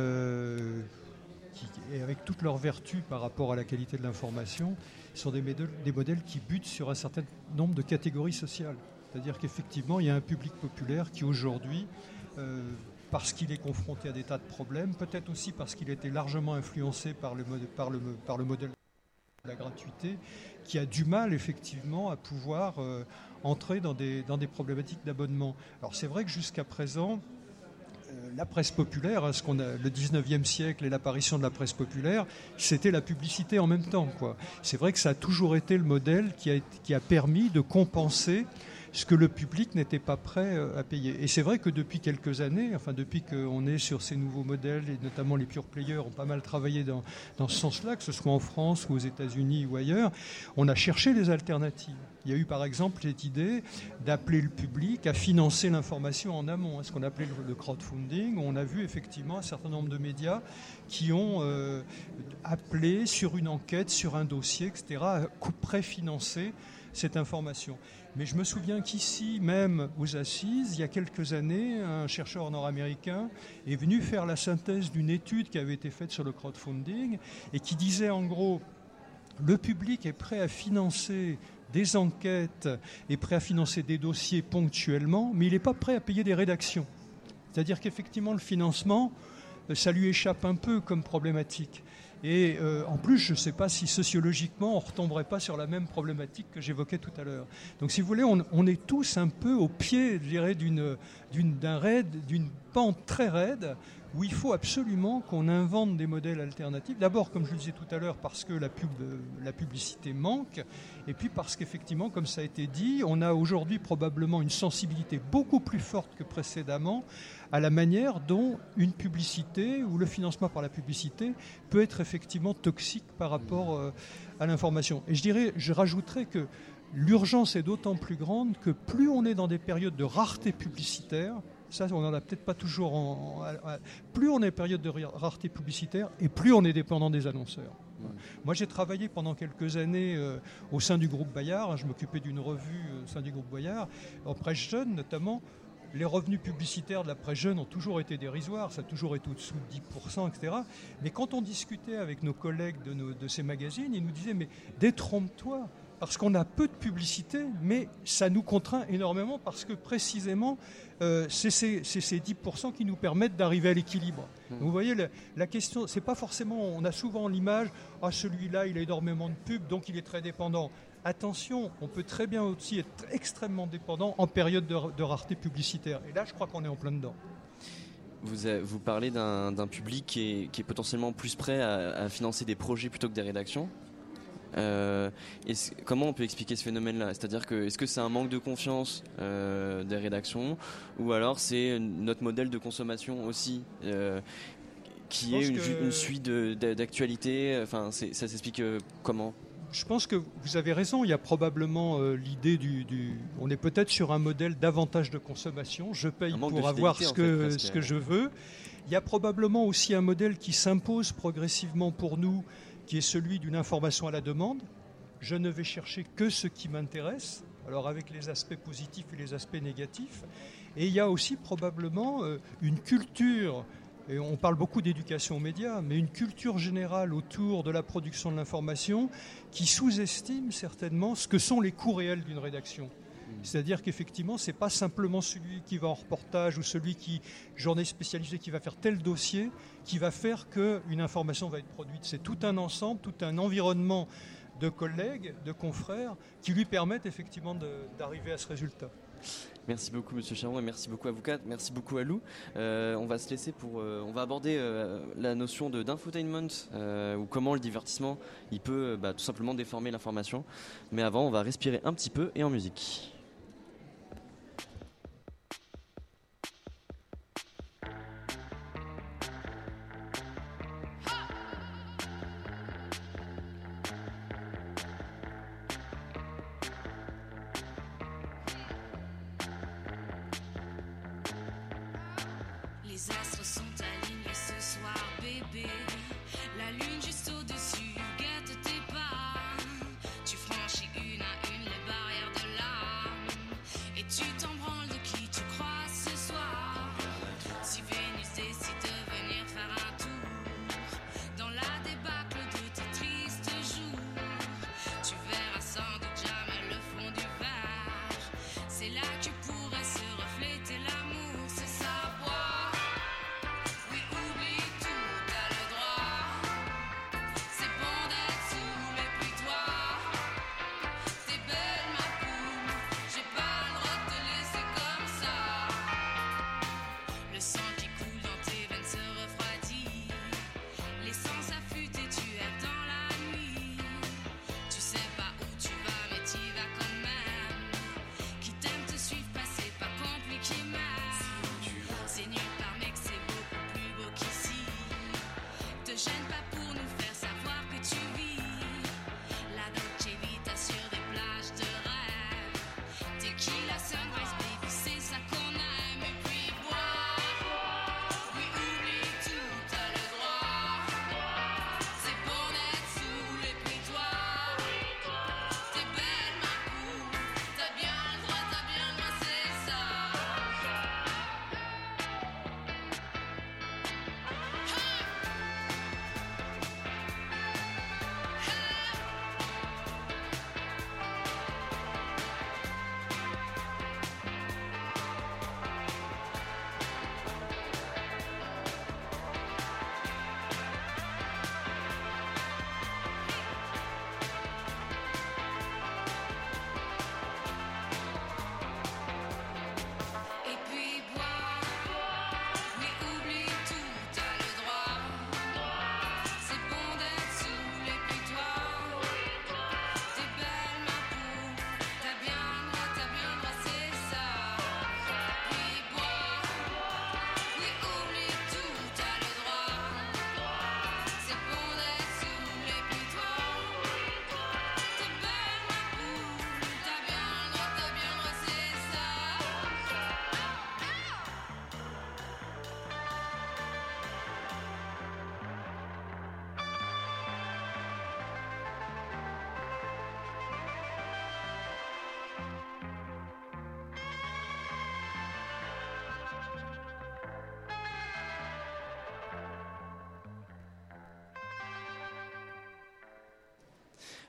avec toutes leurs vertus par rapport à la qualité de l'information, sont des modèles qui butent sur un certain nombre de catégories sociales. C'est-à-dire qu'effectivement, il y a un public populaire qui, aujourd'hui, parce qu'il est confronté à des tas de problèmes, peut-être aussi parce qu'il a été largement influencé par le modèle de la gratuité, qui a du mal effectivement à pouvoir entrer dans des problématiques d'abonnement. Alors c'est vrai que jusqu'à présent, la presse populaire, le 19e siècle et l'apparition de la presse populaire, c'était la publicité en même temps, quoi. C'est vrai que ça a toujours été le modèle qui a permis de compenser ce que le public n'était pas prêt à payer. Et c'est vrai que depuis quelques années, depuis qu'on est sur ces nouveaux modèles, et notamment les pure players ont pas mal travaillé dans ce sens-là, que ce soit en France ou aux États-Unis ou ailleurs, on a cherché des alternatives. Il y a eu par exemple cette idée d'appeler le public à financer l'information en amont, ce qu'on appelait le crowdfunding. On a vu effectivement un certain nombre de médias qui ont appelé sur une enquête, sur un dossier, etc., à préfinancer cette information. Mais je me souviens qu'ici, même aux Assises, il y a quelques années, un chercheur nord-américain est venu faire la synthèse d'une étude qui avait été faite sur le crowdfunding et qui disait en gros, le public est prêt à financer des enquêtes, est prêt à financer des dossiers ponctuellement, mais il n'est pas prêt à payer des rédactions. C'est-à-dire qu'effectivement, le financement, ça lui échappe un peu comme problématique. Et en plus, je ne sais pas si sociologiquement, on ne retomberait pas sur la même problématique que j'évoquais tout à l'heure. Donc si vous voulez, on est tous un peu au pied, je dirais, d'une pente très raide, où il faut absolument qu'on invente des modèles alternatifs. D'abord, comme je le disais tout à l'heure, parce que la publicité manque, et puis parce qu'effectivement, comme ça a été dit, on a aujourd'hui probablement une sensibilité beaucoup plus forte que précédemment à la manière dont une publicité ou le financement par la publicité peut être effectivement toxique par rapport à l'information. Et je rajouterais que l'urgence est d'autant plus grande que plus on est dans des périodes de rareté publicitaire, ça on n'en a peut-être pas toujours plus on est en période de rareté publicitaire et plus on est dépendant des annonceurs. Moi j'ai travaillé pendant quelques années au sein du groupe Bayard, je m'occupais d'une revue au sein du groupe Bayard, en presse jeune notamment. Les revenus publicitaires de la presse jeune ont toujours été dérisoires, ça a toujours été au-dessous de 10%, etc. Mais quand on discutait avec nos collègues de ces magazines, ils nous disaient « mais détrompe-toi ». Parce qu'on a peu de publicité, mais ça nous contraint énormément parce que précisément, c'est ces 10% qui nous permettent d'arriver à l'équilibre. Donc, vous voyez, la question, c'est pas forcément, on a souvent l'image, celui-là, il a énormément de pubs, donc il est très dépendant. Attention, on peut très bien aussi être extrêmement dépendant en période de rareté publicitaire. Et là, je crois qu'on est en plein dedans. Vous parlez d'un public qui est potentiellement plus prêt à financer des projets plutôt que des rédactions. Comment on peut expliquer ce phénomène-là ? C'est-à-dire que est-ce que c'est un manque de confiance des rédactions, ou alors c'est notre modèle de consommation aussi qui est une suite d'actualité. Enfin, ça s'explique comment ? Je pense que vous avez raison, il y a probablement l'idée on est peut-être sur un modèle davantage de consommation, je paye pour avoir ce que je veux. Il y a probablement aussi un modèle qui s'impose progressivement pour nous, qui est celui d'une information à la demande. Je ne vais chercher que ce qui m'intéresse, alors avec les aspects positifs et les aspects négatifs. Et il y a aussi probablement une culture, et on parle beaucoup d'éducation aux médias, mais une culture générale autour de la production de l'information qui sous-estime certainement ce que sont les coûts réels d'une rédaction. C'est-à-dire qu'effectivement, ce n'est pas simplement celui qui va en reportage ou celui qui, journée spécialisée, qui va faire tel dossier, qui va faire qu'une information va être produite. C'est tout un ensemble, tout un environnement de collègues, de confrères, qui lui permettent effectivement d'arriver à ce résultat. Merci beaucoup Monsieur Charon et merci beaucoup à vous quatre, merci beaucoup à Lou. On va se laisser on va aborder la notion d'infotainment ou comment le divertissement il peut tout simplement déformer l'information. Mais avant, on va respirer un petit peu et en musique. Les astres sont alignés ce soir, bébé. La lune juste au-dessus guette tes pas. Tu franchis une à une les barrières de l'âme. Et tu t'en branles de qui tu crois ce soir. Si Vénus décide de venir faire un tour dans la débâcle de tes tristes jours, tu verras sans doute jamais le fond du verre. C'est là que pourrait se refléter l'amour, c'est savoir. Oui, oublie tout, t'as le droit.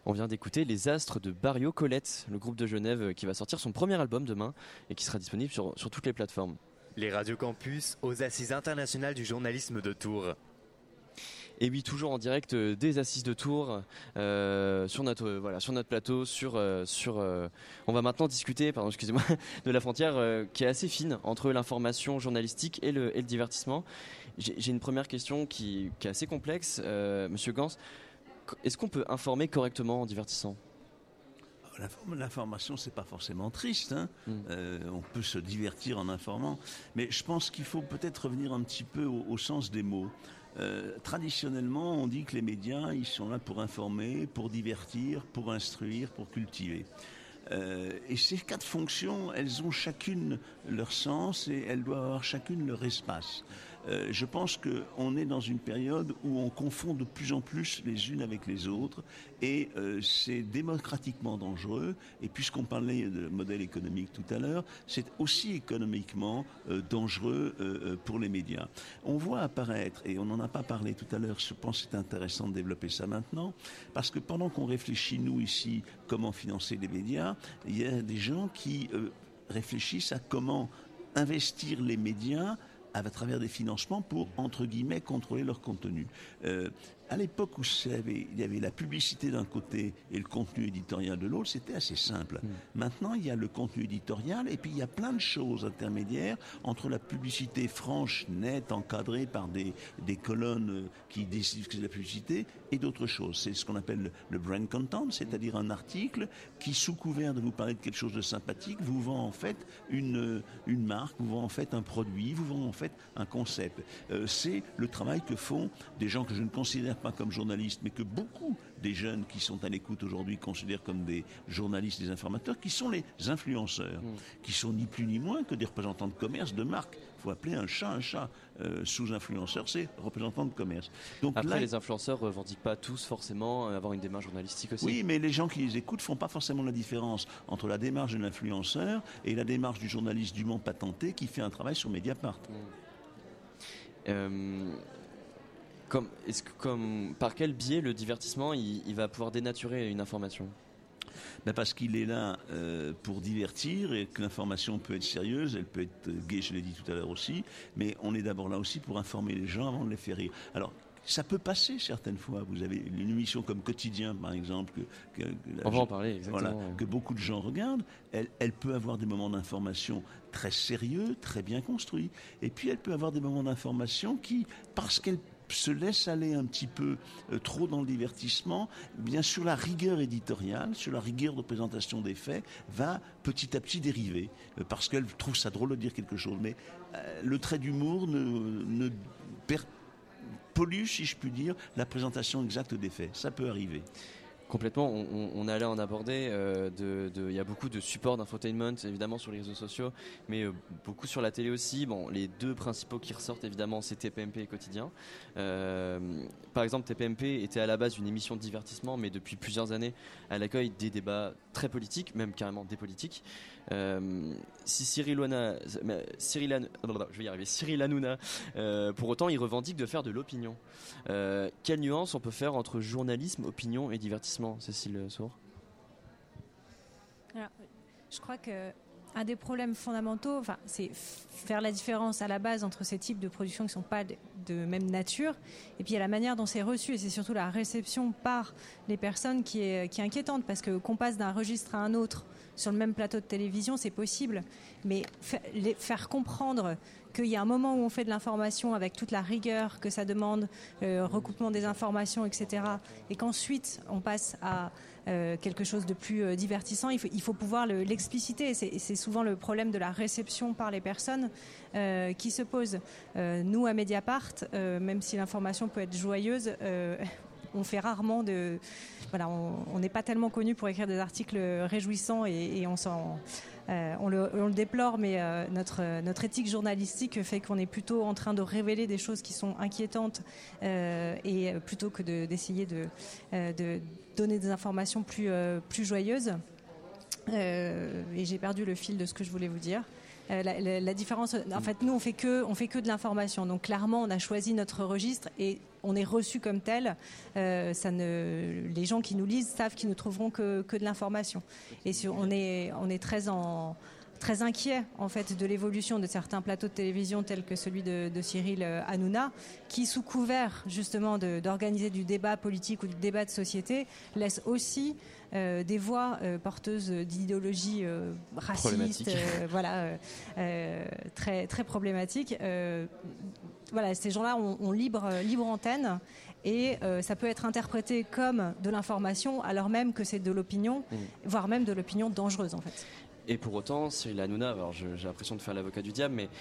On vient d'écouter Les Astres de Barrio Colette, le groupe de Genève qui va sortir son premier album demain et qui sera disponible sur toutes les plateformes. Les Radio Campus aux Assises internationales du journalisme de Tours. Et oui, toujours en direct des Assises de Tours, sur notre plateau. On va maintenant discuter, de la frontière qui est assez fine entre l'information journalistique et le divertissement. J'ai une première question qui est assez complexe, Monsieur Gans. Est-ce qu'on peut informer correctement en divertissant ? L'information, c'est pas forcément triste, hein. On peut se divertir en informant, mais je pense qu'il faut peut-être revenir un petit peu au sens des mots. Traditionnellement, on dit que les médias, ils sont là pour informer, pour divertir, pour instruire, pour cultiver. Et ces 4 fonctions, elles ont chacune leur sens et elles doivent avoir chacune leur espace. Je pense qu'on est dans une période où on confond de plus en plus les unes avec les autres et c'est démocratiquement dangereux. Et puisqu'on parlait de modèle économique tout à l'heure, c'est aussi économiquement dangereux pour les médias. On voit apparaître, et on n'en a pas parlé tout à l'heure, je pense que c'est intéressant de développer ça maintenant, parce que pendant qu'on réfléchit, nous ici, comment financer les médias, il y a des gens qui réfléchissent à comment investir les médias à travers des financements pour, entre guillemets, contrôler leur contenu. À l'époque où il y avait la publicité d'un côté et le contenu éditorial de l'autre, c'était assez simple. Maintenant, il y a le contenu éditorial et puis il y a plein de choses intermédiaires entre la publicité franche, nette, encadrée par des colonnes qui décident que c'est de la publicité et d'autres choses. C'est ce qu'on appelle le brand content, c'est-à-dire un article qui, sous couvert de vous parler de quelque chose de sympathique, vous vend en fait une marque, vous vend en fait un produit, vous vend en fait un concept. C'est le travail que font des gens que je ne considère pas comme journalistes, mais que beaucoup des jeunes qui sont à l'écoute aujourd'hui considèrent comme des journalistes, des informateurs, qui sont les influenceurs, qui sont ni plus ni moins que des représentants de commerce, de marque. Il faut appeler un chat. Sous influenceur, c'est représentant de commerce. Donc après, là, les influenceurs ne revendiquent pas tous forcément avoir une démarche journalistique aussi. Oui, mais les gens qui les écoutent font pas forcément la différence entre la démarche de l'influenceur et la démarche du journaliste dûment patenté qui fait un travail sur Mediapart. Par quel biais le divertissement il va pouvoir dénaturer une information ? Parce qu'il est là pour divertir et que l'information peut être sérieuse, elle peut être gaie, je l'ai dit tout à l'heure aussi, mais on est d'abord là aussi pour informer les gens avant de les faire rire. Alors, ça peut passer certaines fois. Vous avez une émission comme Quotidien, par exemple, on va en parler, exactement. Que beaucoup de gens regardent. Elle peut avoir des moments d'information très sérieux, très bien construits. Et puis, elle peut avoir des moments d'information qui, parce qu'elle se laisse aller un petit peu trop dans le divertissement, bien sûr la rigueur éditoriale, sur la rigueur de présentation des faits, va petit à petit dériver, parce qu'elle trouve ça drôle de dire quelque chose. Mais le trait d'humour ne pollue, si je puis dire, la présentation exacte des faits. Ça peut arriver. Complètement, on allait en aborder, il y a beaucoup de supports d'infotainment évidemment sur les réseaux sociaux, mais beaucoup sur la télé aussi. Bon, les 2 principaux qui ressortent évidemment, c'est TPMP et Quotidien. Par exemple, TPMP était à la base une émission de divertissement, mais depuis plusieurs années, elle accueille des débats très politiques, même carrément des politiques. Si Cyril Hanouna, pour autant, il revendique de faire de l'opinion. Quelle nuance on peut faire entre journalisme, opinion et divertissement, Cécile Sour ? Alors, je crois qu'un des problèmes fondamentaux, c'est faire la différence à la base entre ces types de productions qui ne sont pas de même nature, et puis il y a la manière dont c'est reçu, et c'est surtout la réception par les personnes qui est inquiétante, parce que qu'on passe d'un registre à un autre sur le même plateau de télévision, c'est possible, mais faire comprendre qu'il y a un moment où on fait de l'information avec toute la rigueur que ça demande, recoupement des informations, etc., et qu'ensuite on passe à quelque chose de plus divertissant, il faut pouvoir l'expliciter. C'est souvent le problème de la réception par les personnes qui se pose. Nous, à Mediapart, même si l'information peut être joyeuse, on fait rarement on n'est pas tellement connu pour écrire des articles réjouissants et on le déplore, mais notre éthique journalistique fait qu'on est plutôt en train de révéler des choses qui sont inquiétantes et plutôt que d'essayer de donner des informations plus joyeuses. Et j'ai perdu le fil de ce que je voulais vous dire. La différence, en fait, nous on fait que de l'information. Donc clairement, on a choisi notre registre et on est reçu comme tel, les gens qui nous lisent savent qu'ils ne trouveront que de l'information. Et on est très inquiet en fait de l'évolution de certains plateaux de télévision tels que celui de Cyril Hanouna, qui sous couvert justement d'organiser du débat politique ou du débat de société, laisse aussi des voix porteuses d'idéologies racistes, très très problématiques. Ces gens-là ont libre antenne. Et ça peut être interprété comme de l'information, alors même que c'est de l'opinion, voire même de l'opinion dangereuse en fait. Et pour autant, Cyril Hanouna, alors j'ai l'impression de faire l'avocat du diable, mais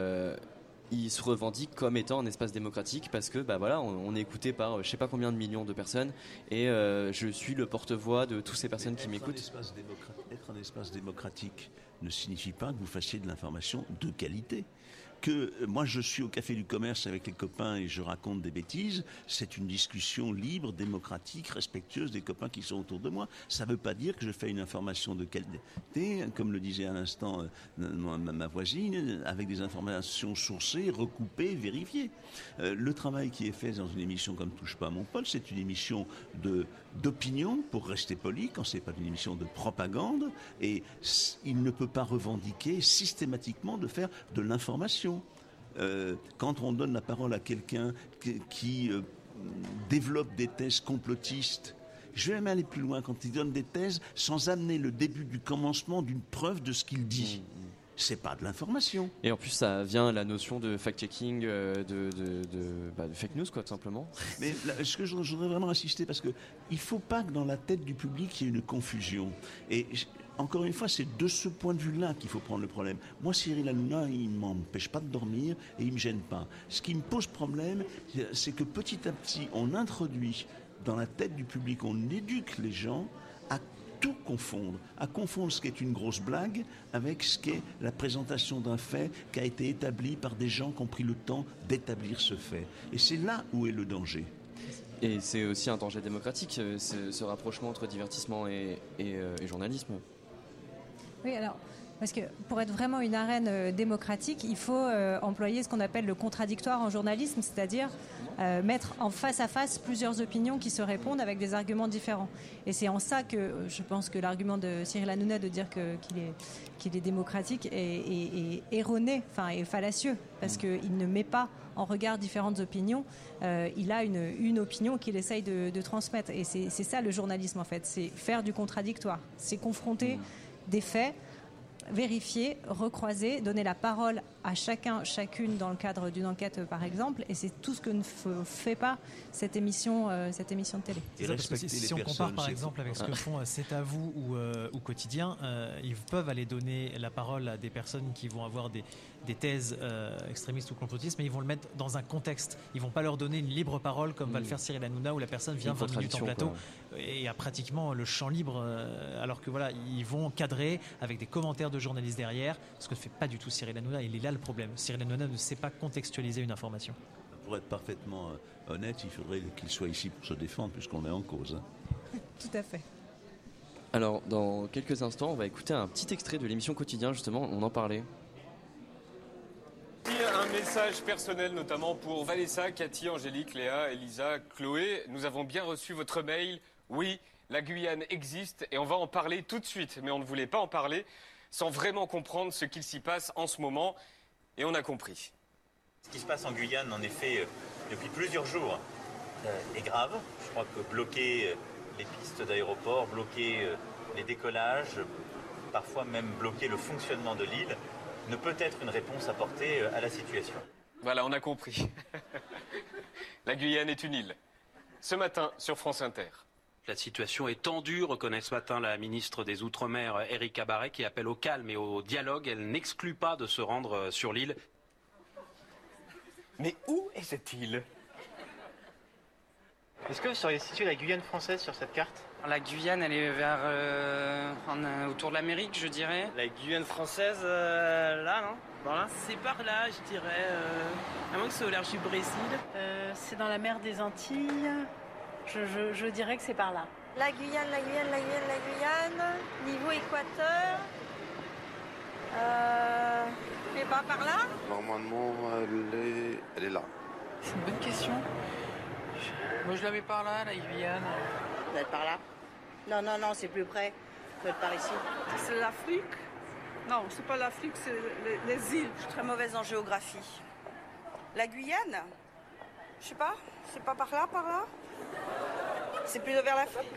il se revendique comme étant un espace démocratique parce que on est écouté par je sais pas combien de millions de personnes et je suis le porte-voix de toutes ces personnes qui m'écoutent. Être un espace démocratique ne signifie pas que vous fassiez de l'information de qualité. Que moi je suis au Café du Commerce avec les copains et je raconte des bêtises, c'est une discussion libre, démocratique, respectueuse des copains qui sont autour de moi. Ça ne veut pas dire que je fais une information de qualité, comme le disait à l'instant ma voisine, avec des informations sourcées, recoupées, vérifiées. Le travail qui est fait dans une émission comme Touche pas à mon pote, c'est une émission d'opinion, pour rester poli, quand c'est pas une émission de propagande, et il ne peut pas revendiquer systématiquement de faire de l'information. Quand on donne la parole à quelqu'un qui développe des thèses complotistes, je vais même aller plus loin, quand il donne des thèses sans amener le début du commencement d'une preuve de ce qu'il dit. C'est pas de l'information. Et en plus, ça vient la notion de fact-checking, de fake news, quoi, tout simplement. Mais ce que je voudrais vraiment insister, parce que il faut pas que dans la tête du public il y ait une confusion. Et encore une fois, c'est de ce point de vue-là qu'il faut prendre le problème. Moi, Cyril Hanouna, il m'empêche pas de dormir et il me gêne pas. Ce qui me pose problème, c'est que petit à petit, on introduit dans la tête du public, on éduque les gens à tout confondre, à confondre ce qui est une grosse blague avec ce qui est la présentation d'un fait qui a été établi par des gens qui ont pris le temps d'établir ce fait. Et c'est là où est le danger. Et c'est aussi un danger démocratique, ce rapprochement entre divertissement et journalisme. Oui, alors, parce que pour être vraiment une arène démocratique, il faut employer ce qu'on appelle le contradictoire en journalisme, c'est-à-dire mettre en face à face plusieurs opinions qui se répondent avec des arguments différents. Et c'est en ça que je pense que l'argument de Cyril Hanouna de dire qu'il est démocratique est erroné, est fallacieux, parce qu'il ne met pas en regard différentes opinions. Il a une opinion qu'il essaye de transmettre. Et c'est ça le journalisme en fait, c'est faire du contradictoire, c'est confronter des faits, vérifier, recroiser, donner la parole à chacune dans le cadre d'une enquête par exemple, et c'est tout ce que ne fait pas cette émission de télé. Et parce que si on compare par exemple avec ce que font C'est à vous ou Quotidien, ils peuvent aller donner la parole à des personnes qui vont avoir des thèses extrémistes ou complotistes, mais ils vont le mettre dans un contexte. Ils vont pas leur donner une libre parole comme va le faire Cyril Hanouna, où la personne vient 20 minutes en plateau et a pratiquement le champ libre, alors que ils vont cadrer avec des commentaires de journalistes derrière, ce que ne fait pas du tout Cyril Hanouna. Il est là le problème. Cyril Hanouna ne sait pas contextualiser une information. Pour être parfaitement honnête, il faudrait qu'il soit ici pour se défendre puisqu'on est en cause. Tout à fait. Alors, dans quelques instants, on va écouter un petit extrait de l'émission Quotidien, justement, on en parlait. Un message personnel notamment pour Vanessa, Cathy, Angélique, Léa, Elisa, Chloé. Nous avons bien reçu votre mail. Oui, la Guyane existe et on va en parler tout de suite. Mais on ne voulait pas en parler sans vraiment comprendre ce qu'il s'y passe en ce moment. Et on a compris. Ce qui se passe en Guyane, en effet, depuis plusieurs jours, est grave. Je crois que bloquer les pistes d'aéroport, bloquer les décollages, parfois même bloquer le fonctionnement de l'île, ne peut être une réponse apportée à la situation. Voilà, on a compris. La Guyane est une île. Ce matin, sur France Inter. La situation est tendue, reconnaît ce matin la ministre des Outre-mer, Ericka Barret, qui appelle au calme et au dialogue. Elle n'exclut pas de se rendre sur l'île. Mais où est cette île? Est-ce que vous sauriez situer la Guyane française sur cette carte? La Guyane, elle est vers autour de l'Amérique, je dirais. La Guyane française, là, non? Par là? C'est par là, je dirais. À moins que ce soit au large du Brésil. C'est dans la mer des Antilles. Je dirais que c'est par là. La Guyane, niveau équateur. Mais pas par là? Normalement, elle est là. C'est une bonne question. Moi, je la mets par là, la Guyane. Ça doit être par là? Non, c'est plus près. Ça doit être par ici. C'est l'Afrique? Non, c'est pas l'Afrique, c'est les îles. Je suis très mauvaise en géographie. La Guyane? Je sais pas. C'est pas par là? C'est plutôt vers l'Afrique?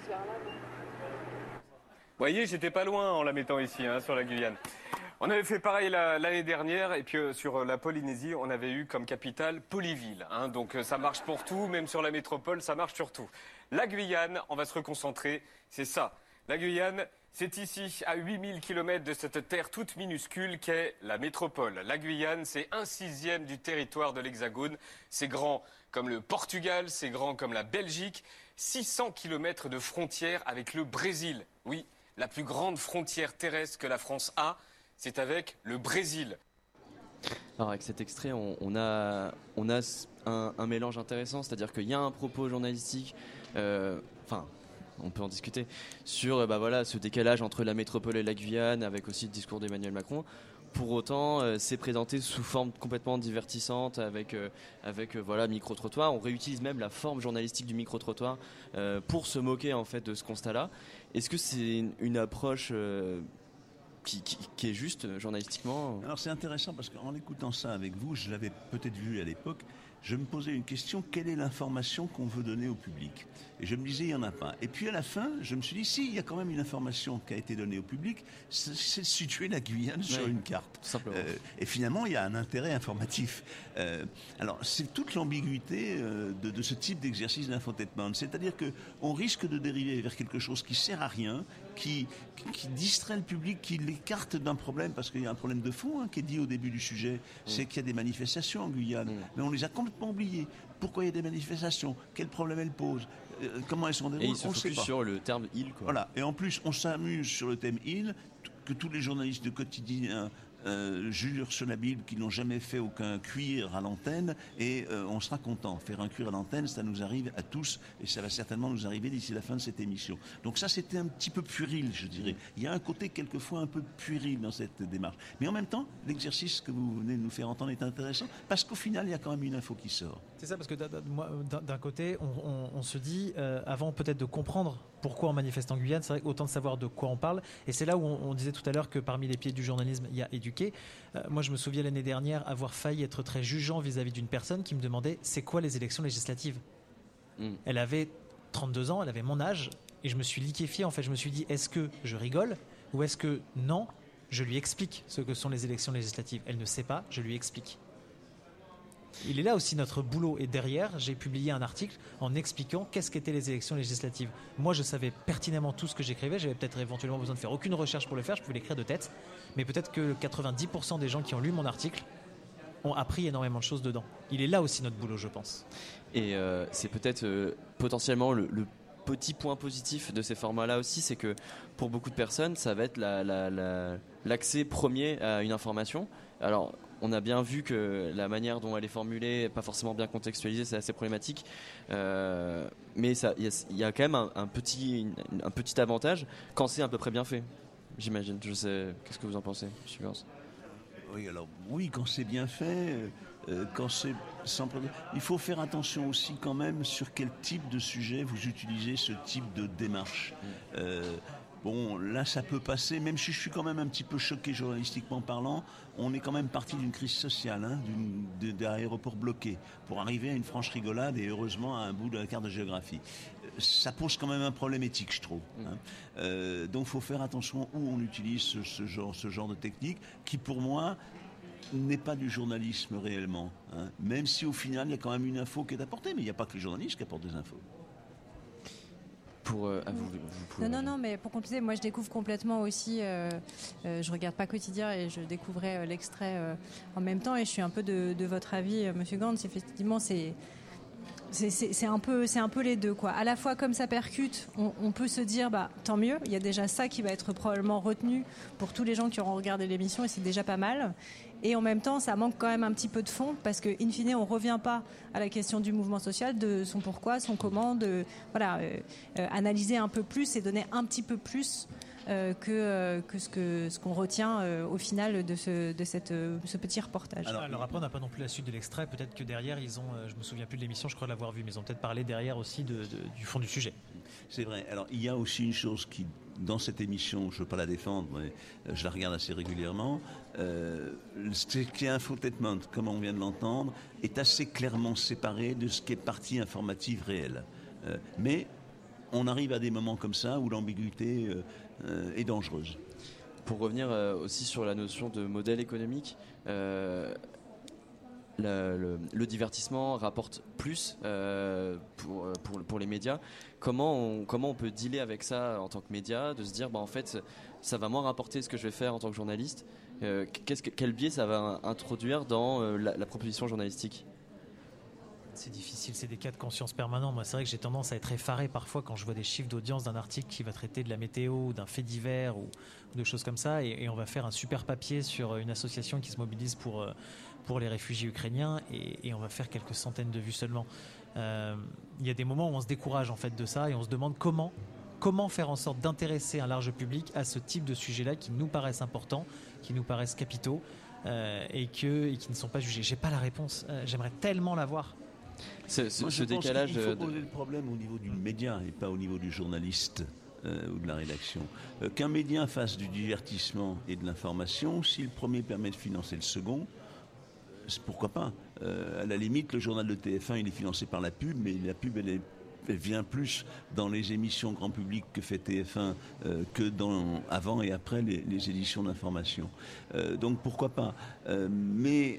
Vous voyez, j'étais pas loin en la mettant ici, sur la Guyane. On avait fait pareil l'année dernière, et puis sur la Polynésie, on avait eu comme capitale Polyville. Donc ça marche pour tout, même sur la métropole, ça marche sur tout. La Guyane, on va se reconcentrer, c'est ça. La Guyane, c'est ici, à 8000 km de cette terre toute minuscule qu'est la métropole. La Guyane, c'est 1/6 du territoire de l'Hexagone. C'est grand comme le Portugal, c'est grand comme la Belgique. 600 km de frontière avec le Brésil. Oui, la plus grande frontière terrestre que la France a, c'est avec le Brésil. Alors avec cet extrait, on a un mélange intéressant, c'est-à-dire qu'il y a un propos journalistique, on peut en discuter, sur ce décalage entre la métropole et la Guyane, avec aussi le discours d'Emmanuel Macron. Pour autant, c'est présenté sous forme complètement divertissante, avec micro-trottoir. On réutilise même la forme journalistique du micro-trottoir pour se moquer en fait de ce constat-là. Est-ce que c'est une approche qui est juste journalistiquement? Alors c'est intéressant parce qu'en écoutant ça avec vous, je l'avais peut-être vu à l'époque, je me posais une question, quelle est l'information qu'on veut donner au public? Et je me disais, il n'y en a pas. Et puis à la fin, je me suis dit, si, il y a quand même une information qui a été donnée au public, c'est de situer la Guyane sur une carte. Et finalement, il y a un intérêt informatif. Alors c'est toute l'ambiguïté de ce type d'exercice d'infotainment. C'est-à-dire qu'on risque de dériver vers quelque chose qui sert à rien, qui distrait le public, qui l'écarte d'un problème, parce qu'il y a un problème de fond qui est dit au début du sujet, c'est qu'il y a des manifestations en Guyane, mais on les a complètement oubliées. Pourquoi il y a des manifestations? Quel problème elles posent? Comment elles sont déroulées? Et il se focus sur le terme île, quoi. Voilà. Et en plus, on s'amuse sur le thème île, que tous les journalistes de quotidien jurent sur la Bible qu'ils n'ont jamais fait aucun cuir à l'antenne, et on sera content. Faire un cuir à l'antenne, ça nous arrive à tous, et ça va certainement nous arriver d'ici la fin de cette émission. Donc ça, c'était un petit peu puéril, je dirais. Il y a un côté quelquefois un peu puéril dans cette démarche. Mais en même temps, l'exercice que vous venez de nous faire entendre est intéressant, parce qu'au final, il y a quand même une info qui sort. C'est ça, parce que d'un côté, on se dit, avant peut-être de comprendre pourquoi on manifeste en Guyane, c'est vrai autant de savoir de quoi on parle. Et c'est là où on disait tout à l'heure que parmi les pieds du journalisme, il y a éduquer. Moi, je me souviens l'année dernière avoir failli être très jugeant vis-à-vis d'une personne qui me demandait c'est quoi les élections législatives. Elle avait 32 ans, elle avait mon âge, et je me suis liquéfié. En fait, je me suis dit est-ce que je rigole ou est-ce que non, je lui explique ce que sont les élections législatives. Elle ne sait pas, je lui explique. Il est là aussi notre boulot, et derrière j'ai publié un article en expliquant qu'est-ce qu'étaient les élections législatives. Moi je savais pertinemment tout ce que j'écrivais, j'avais peut-être éventuellement besoin de faire aucune recherche pour le faire, je pouvais l'écrire de tête, mais peut-être que 90% des gens qui ont lu mon article ont appris énormément de choses dedans. Il est là aussi notre boulot, je pense. Et c'est peut-être potentiellement le petit point positif de ces formats-là aussi, c'est que pour beaucoup de personnes ça va être l'accès premier à une information. Alors on a bien vu que la manière dont elle est formulée, pas forcément bien contextualisée, c'est assez problématique. Mais il y a quand même un petit avantage quand c'est à peu près bien fait, j'imagine. Je sais, qu'est-ce que vous en pensez, je pense. Oui, quand c'est bien fait, quand c'est sans problème. Il faut faire attention aussi quand même sur quel type de sujet vous utilisez ce type de démarche. Bon, là, ça peut passer, même si je suis quand même un petit peu choqué journalistiquement parlant, on est quand même parti d'une crise sociale, d'aéroports bloqués, pour arriver à une franche rigolade et heureusement à un bout de la carte de géographie. Ça pose quand même un problème éthique, je trouve. Donc, il faut faire attention où on utilise ce genre de technique, qui pour moi n'est pas du journalisme réellement. Même si au final, il y a quand même une info qui est apportée, mais il n'y a pas que les journalistes qui apportent des infos. Non, mais pour compléter, moi je découvre complètement aussi, je regarde pas Quotidien et je découvrais l'extrait en même temps, et je suis un peu de votre avis, Monsieur Gantz. Effectivement, c'est un peu les deux, quoi. À la fois, comme ça percute, on peut se dire tant mieux, il y a déjà ça qui va être probablement retenu pour tous les gens qui auront regardé l'émission, et c'est déjà pas mal. Et en même temps, ça manque quand même un petit peu de fond, parce que in fine, on revient pas à la question du mouvement social, de son pourquoi, son comment, analyser un peu plus et donner un petit peu plus que ce qu'on retient au final de ce petit reportage. Alors après, on n'a pas non plus la suite de l'extrait. Peut-être que derrière, ils ont, je me souviens plus de l'émission, je crois l'avoir vu, mais ils ont peut-être parlé derrière aussi du fond du sujet. C'est vrai. Alors il y a aussi une chose qui, dans cette émission, je ne veux pas la défendre, mais je la regarde assez régulièrement, ce qui est infotainment, comme on vient de l'entendre, est assez clairement séparé de ce qui est partie informative réelle. Mais on arrive à des moments comme ça où l'ambiguïté est dangereuse. Pour revenir aussi sur la notion de modèle économique, le divertissement rapporte plus pour les médias. Comment on peut dealer avec ça en tant que média, de se dire en fait ça va moins rapporter ce que je vais faire en tant que journaliste, quel biais ça va introduire dans la proposition journalistique? C'est difficile, c'est des cas de conscience permanents. Moi, c'est vrai que j'ai tendance à être effaré parfois quand je vois des chiffres d'audience d'un article qui va traiter de la météo ou d'un fait divers ou de choses comme ça, et on va faire un super papier sur une association qui se mobilise pour les réfugiés ukrainiens, et on va faire quelques centaines de vues seulement. Il y a des moments où on se décourage en fait de ça, et on se demande comment faire en sorte d'intéresser un large public à ce type de sujets-là qui nous paraissent importants, qui nous paraissent capitaux, et qui ne sont pas jugés. J'ai pas la réponse. J'aimerais tellement l'avoir. Ce décalage. Il faut poser le problème au niveau du média et pas au niveau du journaliste ou de la rédaction. Qu'un média fasse du divertissement et de l'information, si le premier permet de financer le second, pourquoi pas. À la limite, le journal de TF1 il est financé par la pub, mais la pub elle vient plus dans les émissions grand public que fait TF1 que dans avant et après les éditions d'information. Donc pourquoi pas. Mais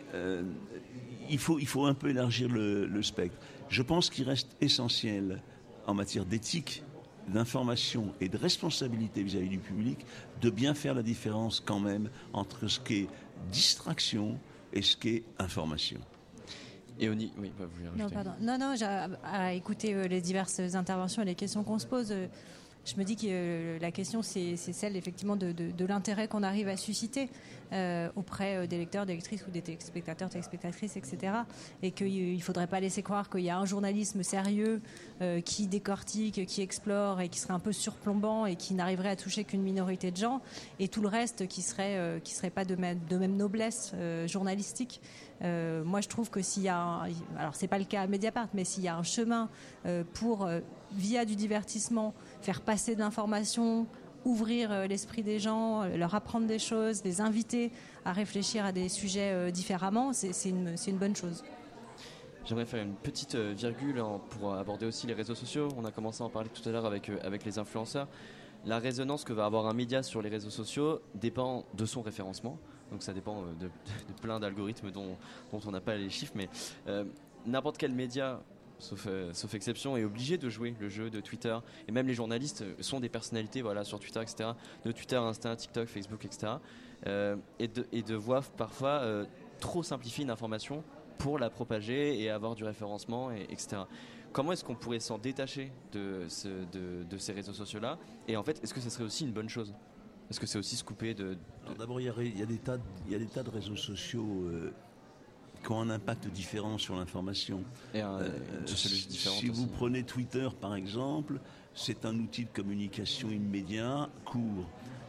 il faut un peu élargir le spectre. Je pense qu'il reste essentiel en matière d'éthique, d'information et de responsabilité vis-à-vis du public de bien faire la différence quand même entre ce qui est distraction et ce qui est information. Et oui, vous voulez rajouter. Non, à écouter les diverses interventions et les questions qu'on se pose, je me dis que la question c'est celle effectivement de l'intérêt qu'on arrive à susciter auprès des lecteurs, des lectrices ou des téléspectateurs, téléspectatrices, etc. Et qu'il ne faudrait pas laisser croire qu'il y a un journalisme sérieux qui décortique, qui explore et qui serait un peu surplombant et qui n'arriverait à toucher qu'une minorité de gens, et tout le reste qui serait pas de même noblesse journalistique. Moi je trouve que s'il y a alors c'est pas le cas à Mediapart, mais s'il y a un chemin pour via du divertissement faire passer de l'information, ouvrir l'esprit des gens, leur apprendre des choses, les inviter à réfléchir à des sujets différemment, c'est une bonne chose. J'aimerais faire une petite virgule pour aborder aussi les réseaux sociaux. On a commencé à en parler tout à l'heure avec les influenceurs. La résonance que va avoir un média sur les réseaux sociaux dépend de son référencement. Donc ça dépend de plein d'algorithmes dont on n'a pas les chiffres. Mais n'importe quel média, sauf exception, est obligé de jouer le jeu de Twitter. Et même les journalistes sont des personnalités sur Twitter, etc. De Twitter, Insta, TikTok, Facebook, etc. Et de voir parfois trop simplifier une information pour la propager et avoir du référencement, etc. Comment est-ce qu'on pourrait s'en détacher de ces réseaux sociaux-là? Et en fait, est-ce que ce serait aussi une bonne chose? Est-ce que c'est aussi se couper de... Alors d'abord, il y a des tas de réseaux sociaux qui ont un impact différent sur l'information. Et une sociologie différente. Si vous aussi. prenez Twitter, par exemple, c'est un outil de communication immédiat, court.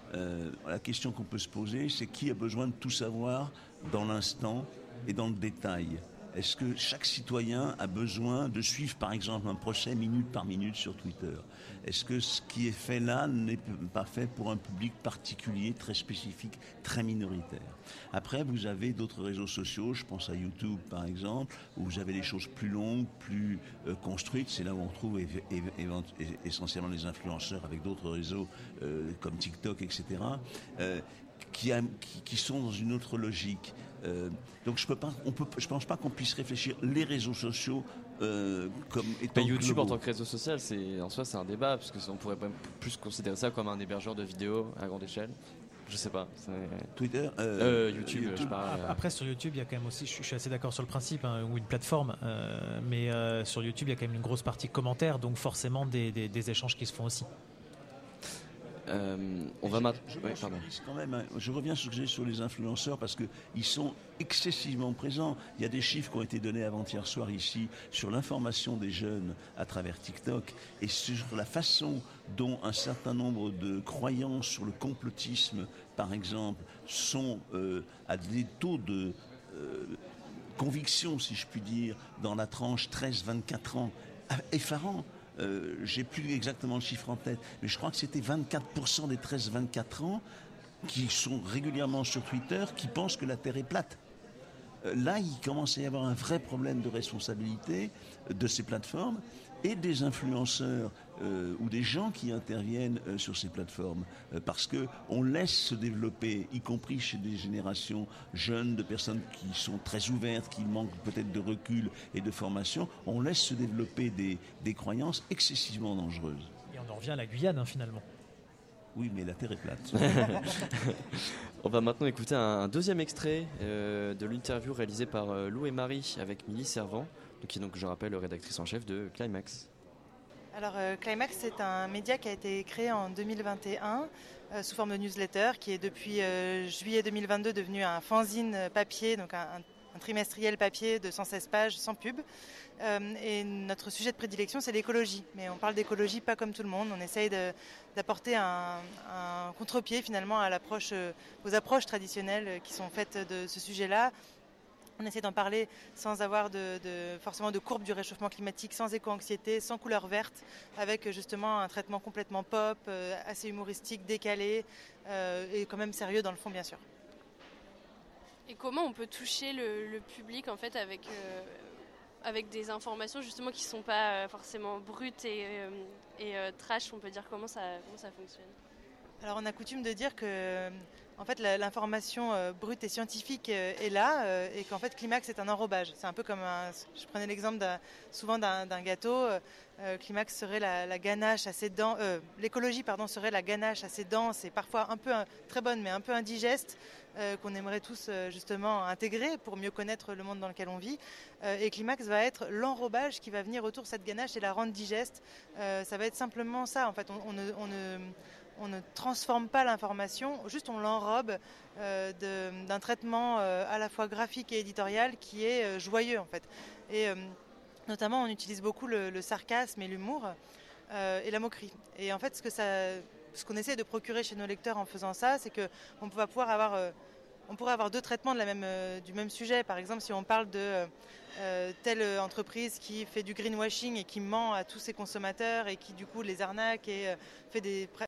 La question qu'on peut se poser, c'est qui a besoin de tout savoir dans l'instant et dans le détail? Est-ce que chaque citoyen a besoin de suivre, par exemple, un procès minute par minute sur Twitter? Est-ce que ce qui est fait là n'est pas fait pour un public particulier, très spécifique, très minoritaire? Après, vous avez d'autres réseaux sociaux, je pense à YouTube, par exemple, où vous avez des choses plus longues, plus construites. C'est là où on trouve essentiellement les influenceurs avec d'autres réseaux comme TikTok, etc., qui sont dans une autre logique. Donc je pense pas qu'on puisse réfléchir les réseaux sociaux comme étant YouTube globaux. en tant que réseau social, en soi c'est un débat, parce qu'on pourrait même plus considérer ça comme un hébergeur de vidéos à grande échelle. Je sais pas. Twitter, YouTube. Je parle, Après sur YouTube, il y a quand même aussi, je suis assez d'accord sur le principe, ou une plateforme, mais sur YouTube, il y a quand même une grosse partie commentaires, donc forcément des échanges qui se font aussi. On va maintenant. Quand même, hein, je reviens sur ce que j'ai sur les influenceurs parce qu'ils sont excessivement présents. Il y a des chiffres qui ont été donnés avant-hier soir ici sur l'information des jeunes à travers TikTok et sur la façon dont un certain nombre de croyances sur le complotisme, par exemple, sont à des taux de conviction, si je puis dire, dans la tranche 13-24 ans, effarant. J'ai plus exactement le chiffre en tête, mais je crois que c'était 24% des 13-24 ans qui sont régulièrement sur Twitter qui pensent que la Terre est plate. Là, il commence à y avoir un vrai problème de responsabilité de ces plateformes et des influenceurs ou des gens qui interviennent sur ces plateformes parce que on laisse se développer, y compris chez des générations jeunes, de personnes qui sont très ouvertes, qui manquent peut-être de recul et de formation, on laisse se développer des croyances excessivement dangereuses. Et on en revient à la Guyane, hein, finalement. Oui, mais la Terre est plate. On va maintenant écouter un deuxième extrait de l'interview réalisée par Lou et Marie avec Milly Servant, qui est donc, je rappelle, rédactrice en chef de Climax. Alors Climax, c'est un média qui a été créé en 2021 sous forme de newsletter, qui est depuis juillet 2022 devenu un fanzine papier, donc un trimestriel papier de 116 pages sans pub. Et notre sujet de prédilection, c'est l'écologie. Mais on parle d'écologie pas comme tout le monde. On essaye d'apporter un contre-pied finalement à aux approches traditionnelles qui sont faites de ce sujet-là. On essaie d'en parler sans avoir forcément de courbe du réchauffement climatique, sans éco-anxiété, sans couleur verte, avec justement un traitement complètement pop, assez humoristique, décalé et quand même sérieux dans le fond, bien sûr. Et comment on peut toucher le public en fait avec des informations justement qui ne sont pas forcément brutes et trash, on peut dire comment ça fonctionne? Alors on a coutume de dire que en fait, l'information brute et scientifique est là et qu'en fait Climax est un enrobage. C'est un peu comme je prenais l'exemple souvent d'un gâteau. Climax serait la ganache à ses dents. L'écologie, serait la ganache à ses dents. C'est parfois un peu très bonne, mais un peu indigeste, qu'on aimerait tous justement intégrer pour mieux connaître le monde dans lequel on vit. Et Climax va être l'enrobage qui va venir autour de cette ganache et la rendre digeste. Ça va être simplement ça. En fait, on ne transforme pas l'information, juste on l'enrobe d'un traitement à la fois graphique et éditorial qui est joyeux en fait. Et notamment on utilise beaucoup le sarcasme et l'humour et la moquerie. Et en fait ce qu'on essaie de procurer chez nos lecteurs en faisant ça, c'est qu'on pourrait avoir deux traitements du même sujet. Par exemple, si on parle de telle entreprise qui fait du greenwashing et qui ment à tous ses consommateurs et qui du coup les arnaque et fait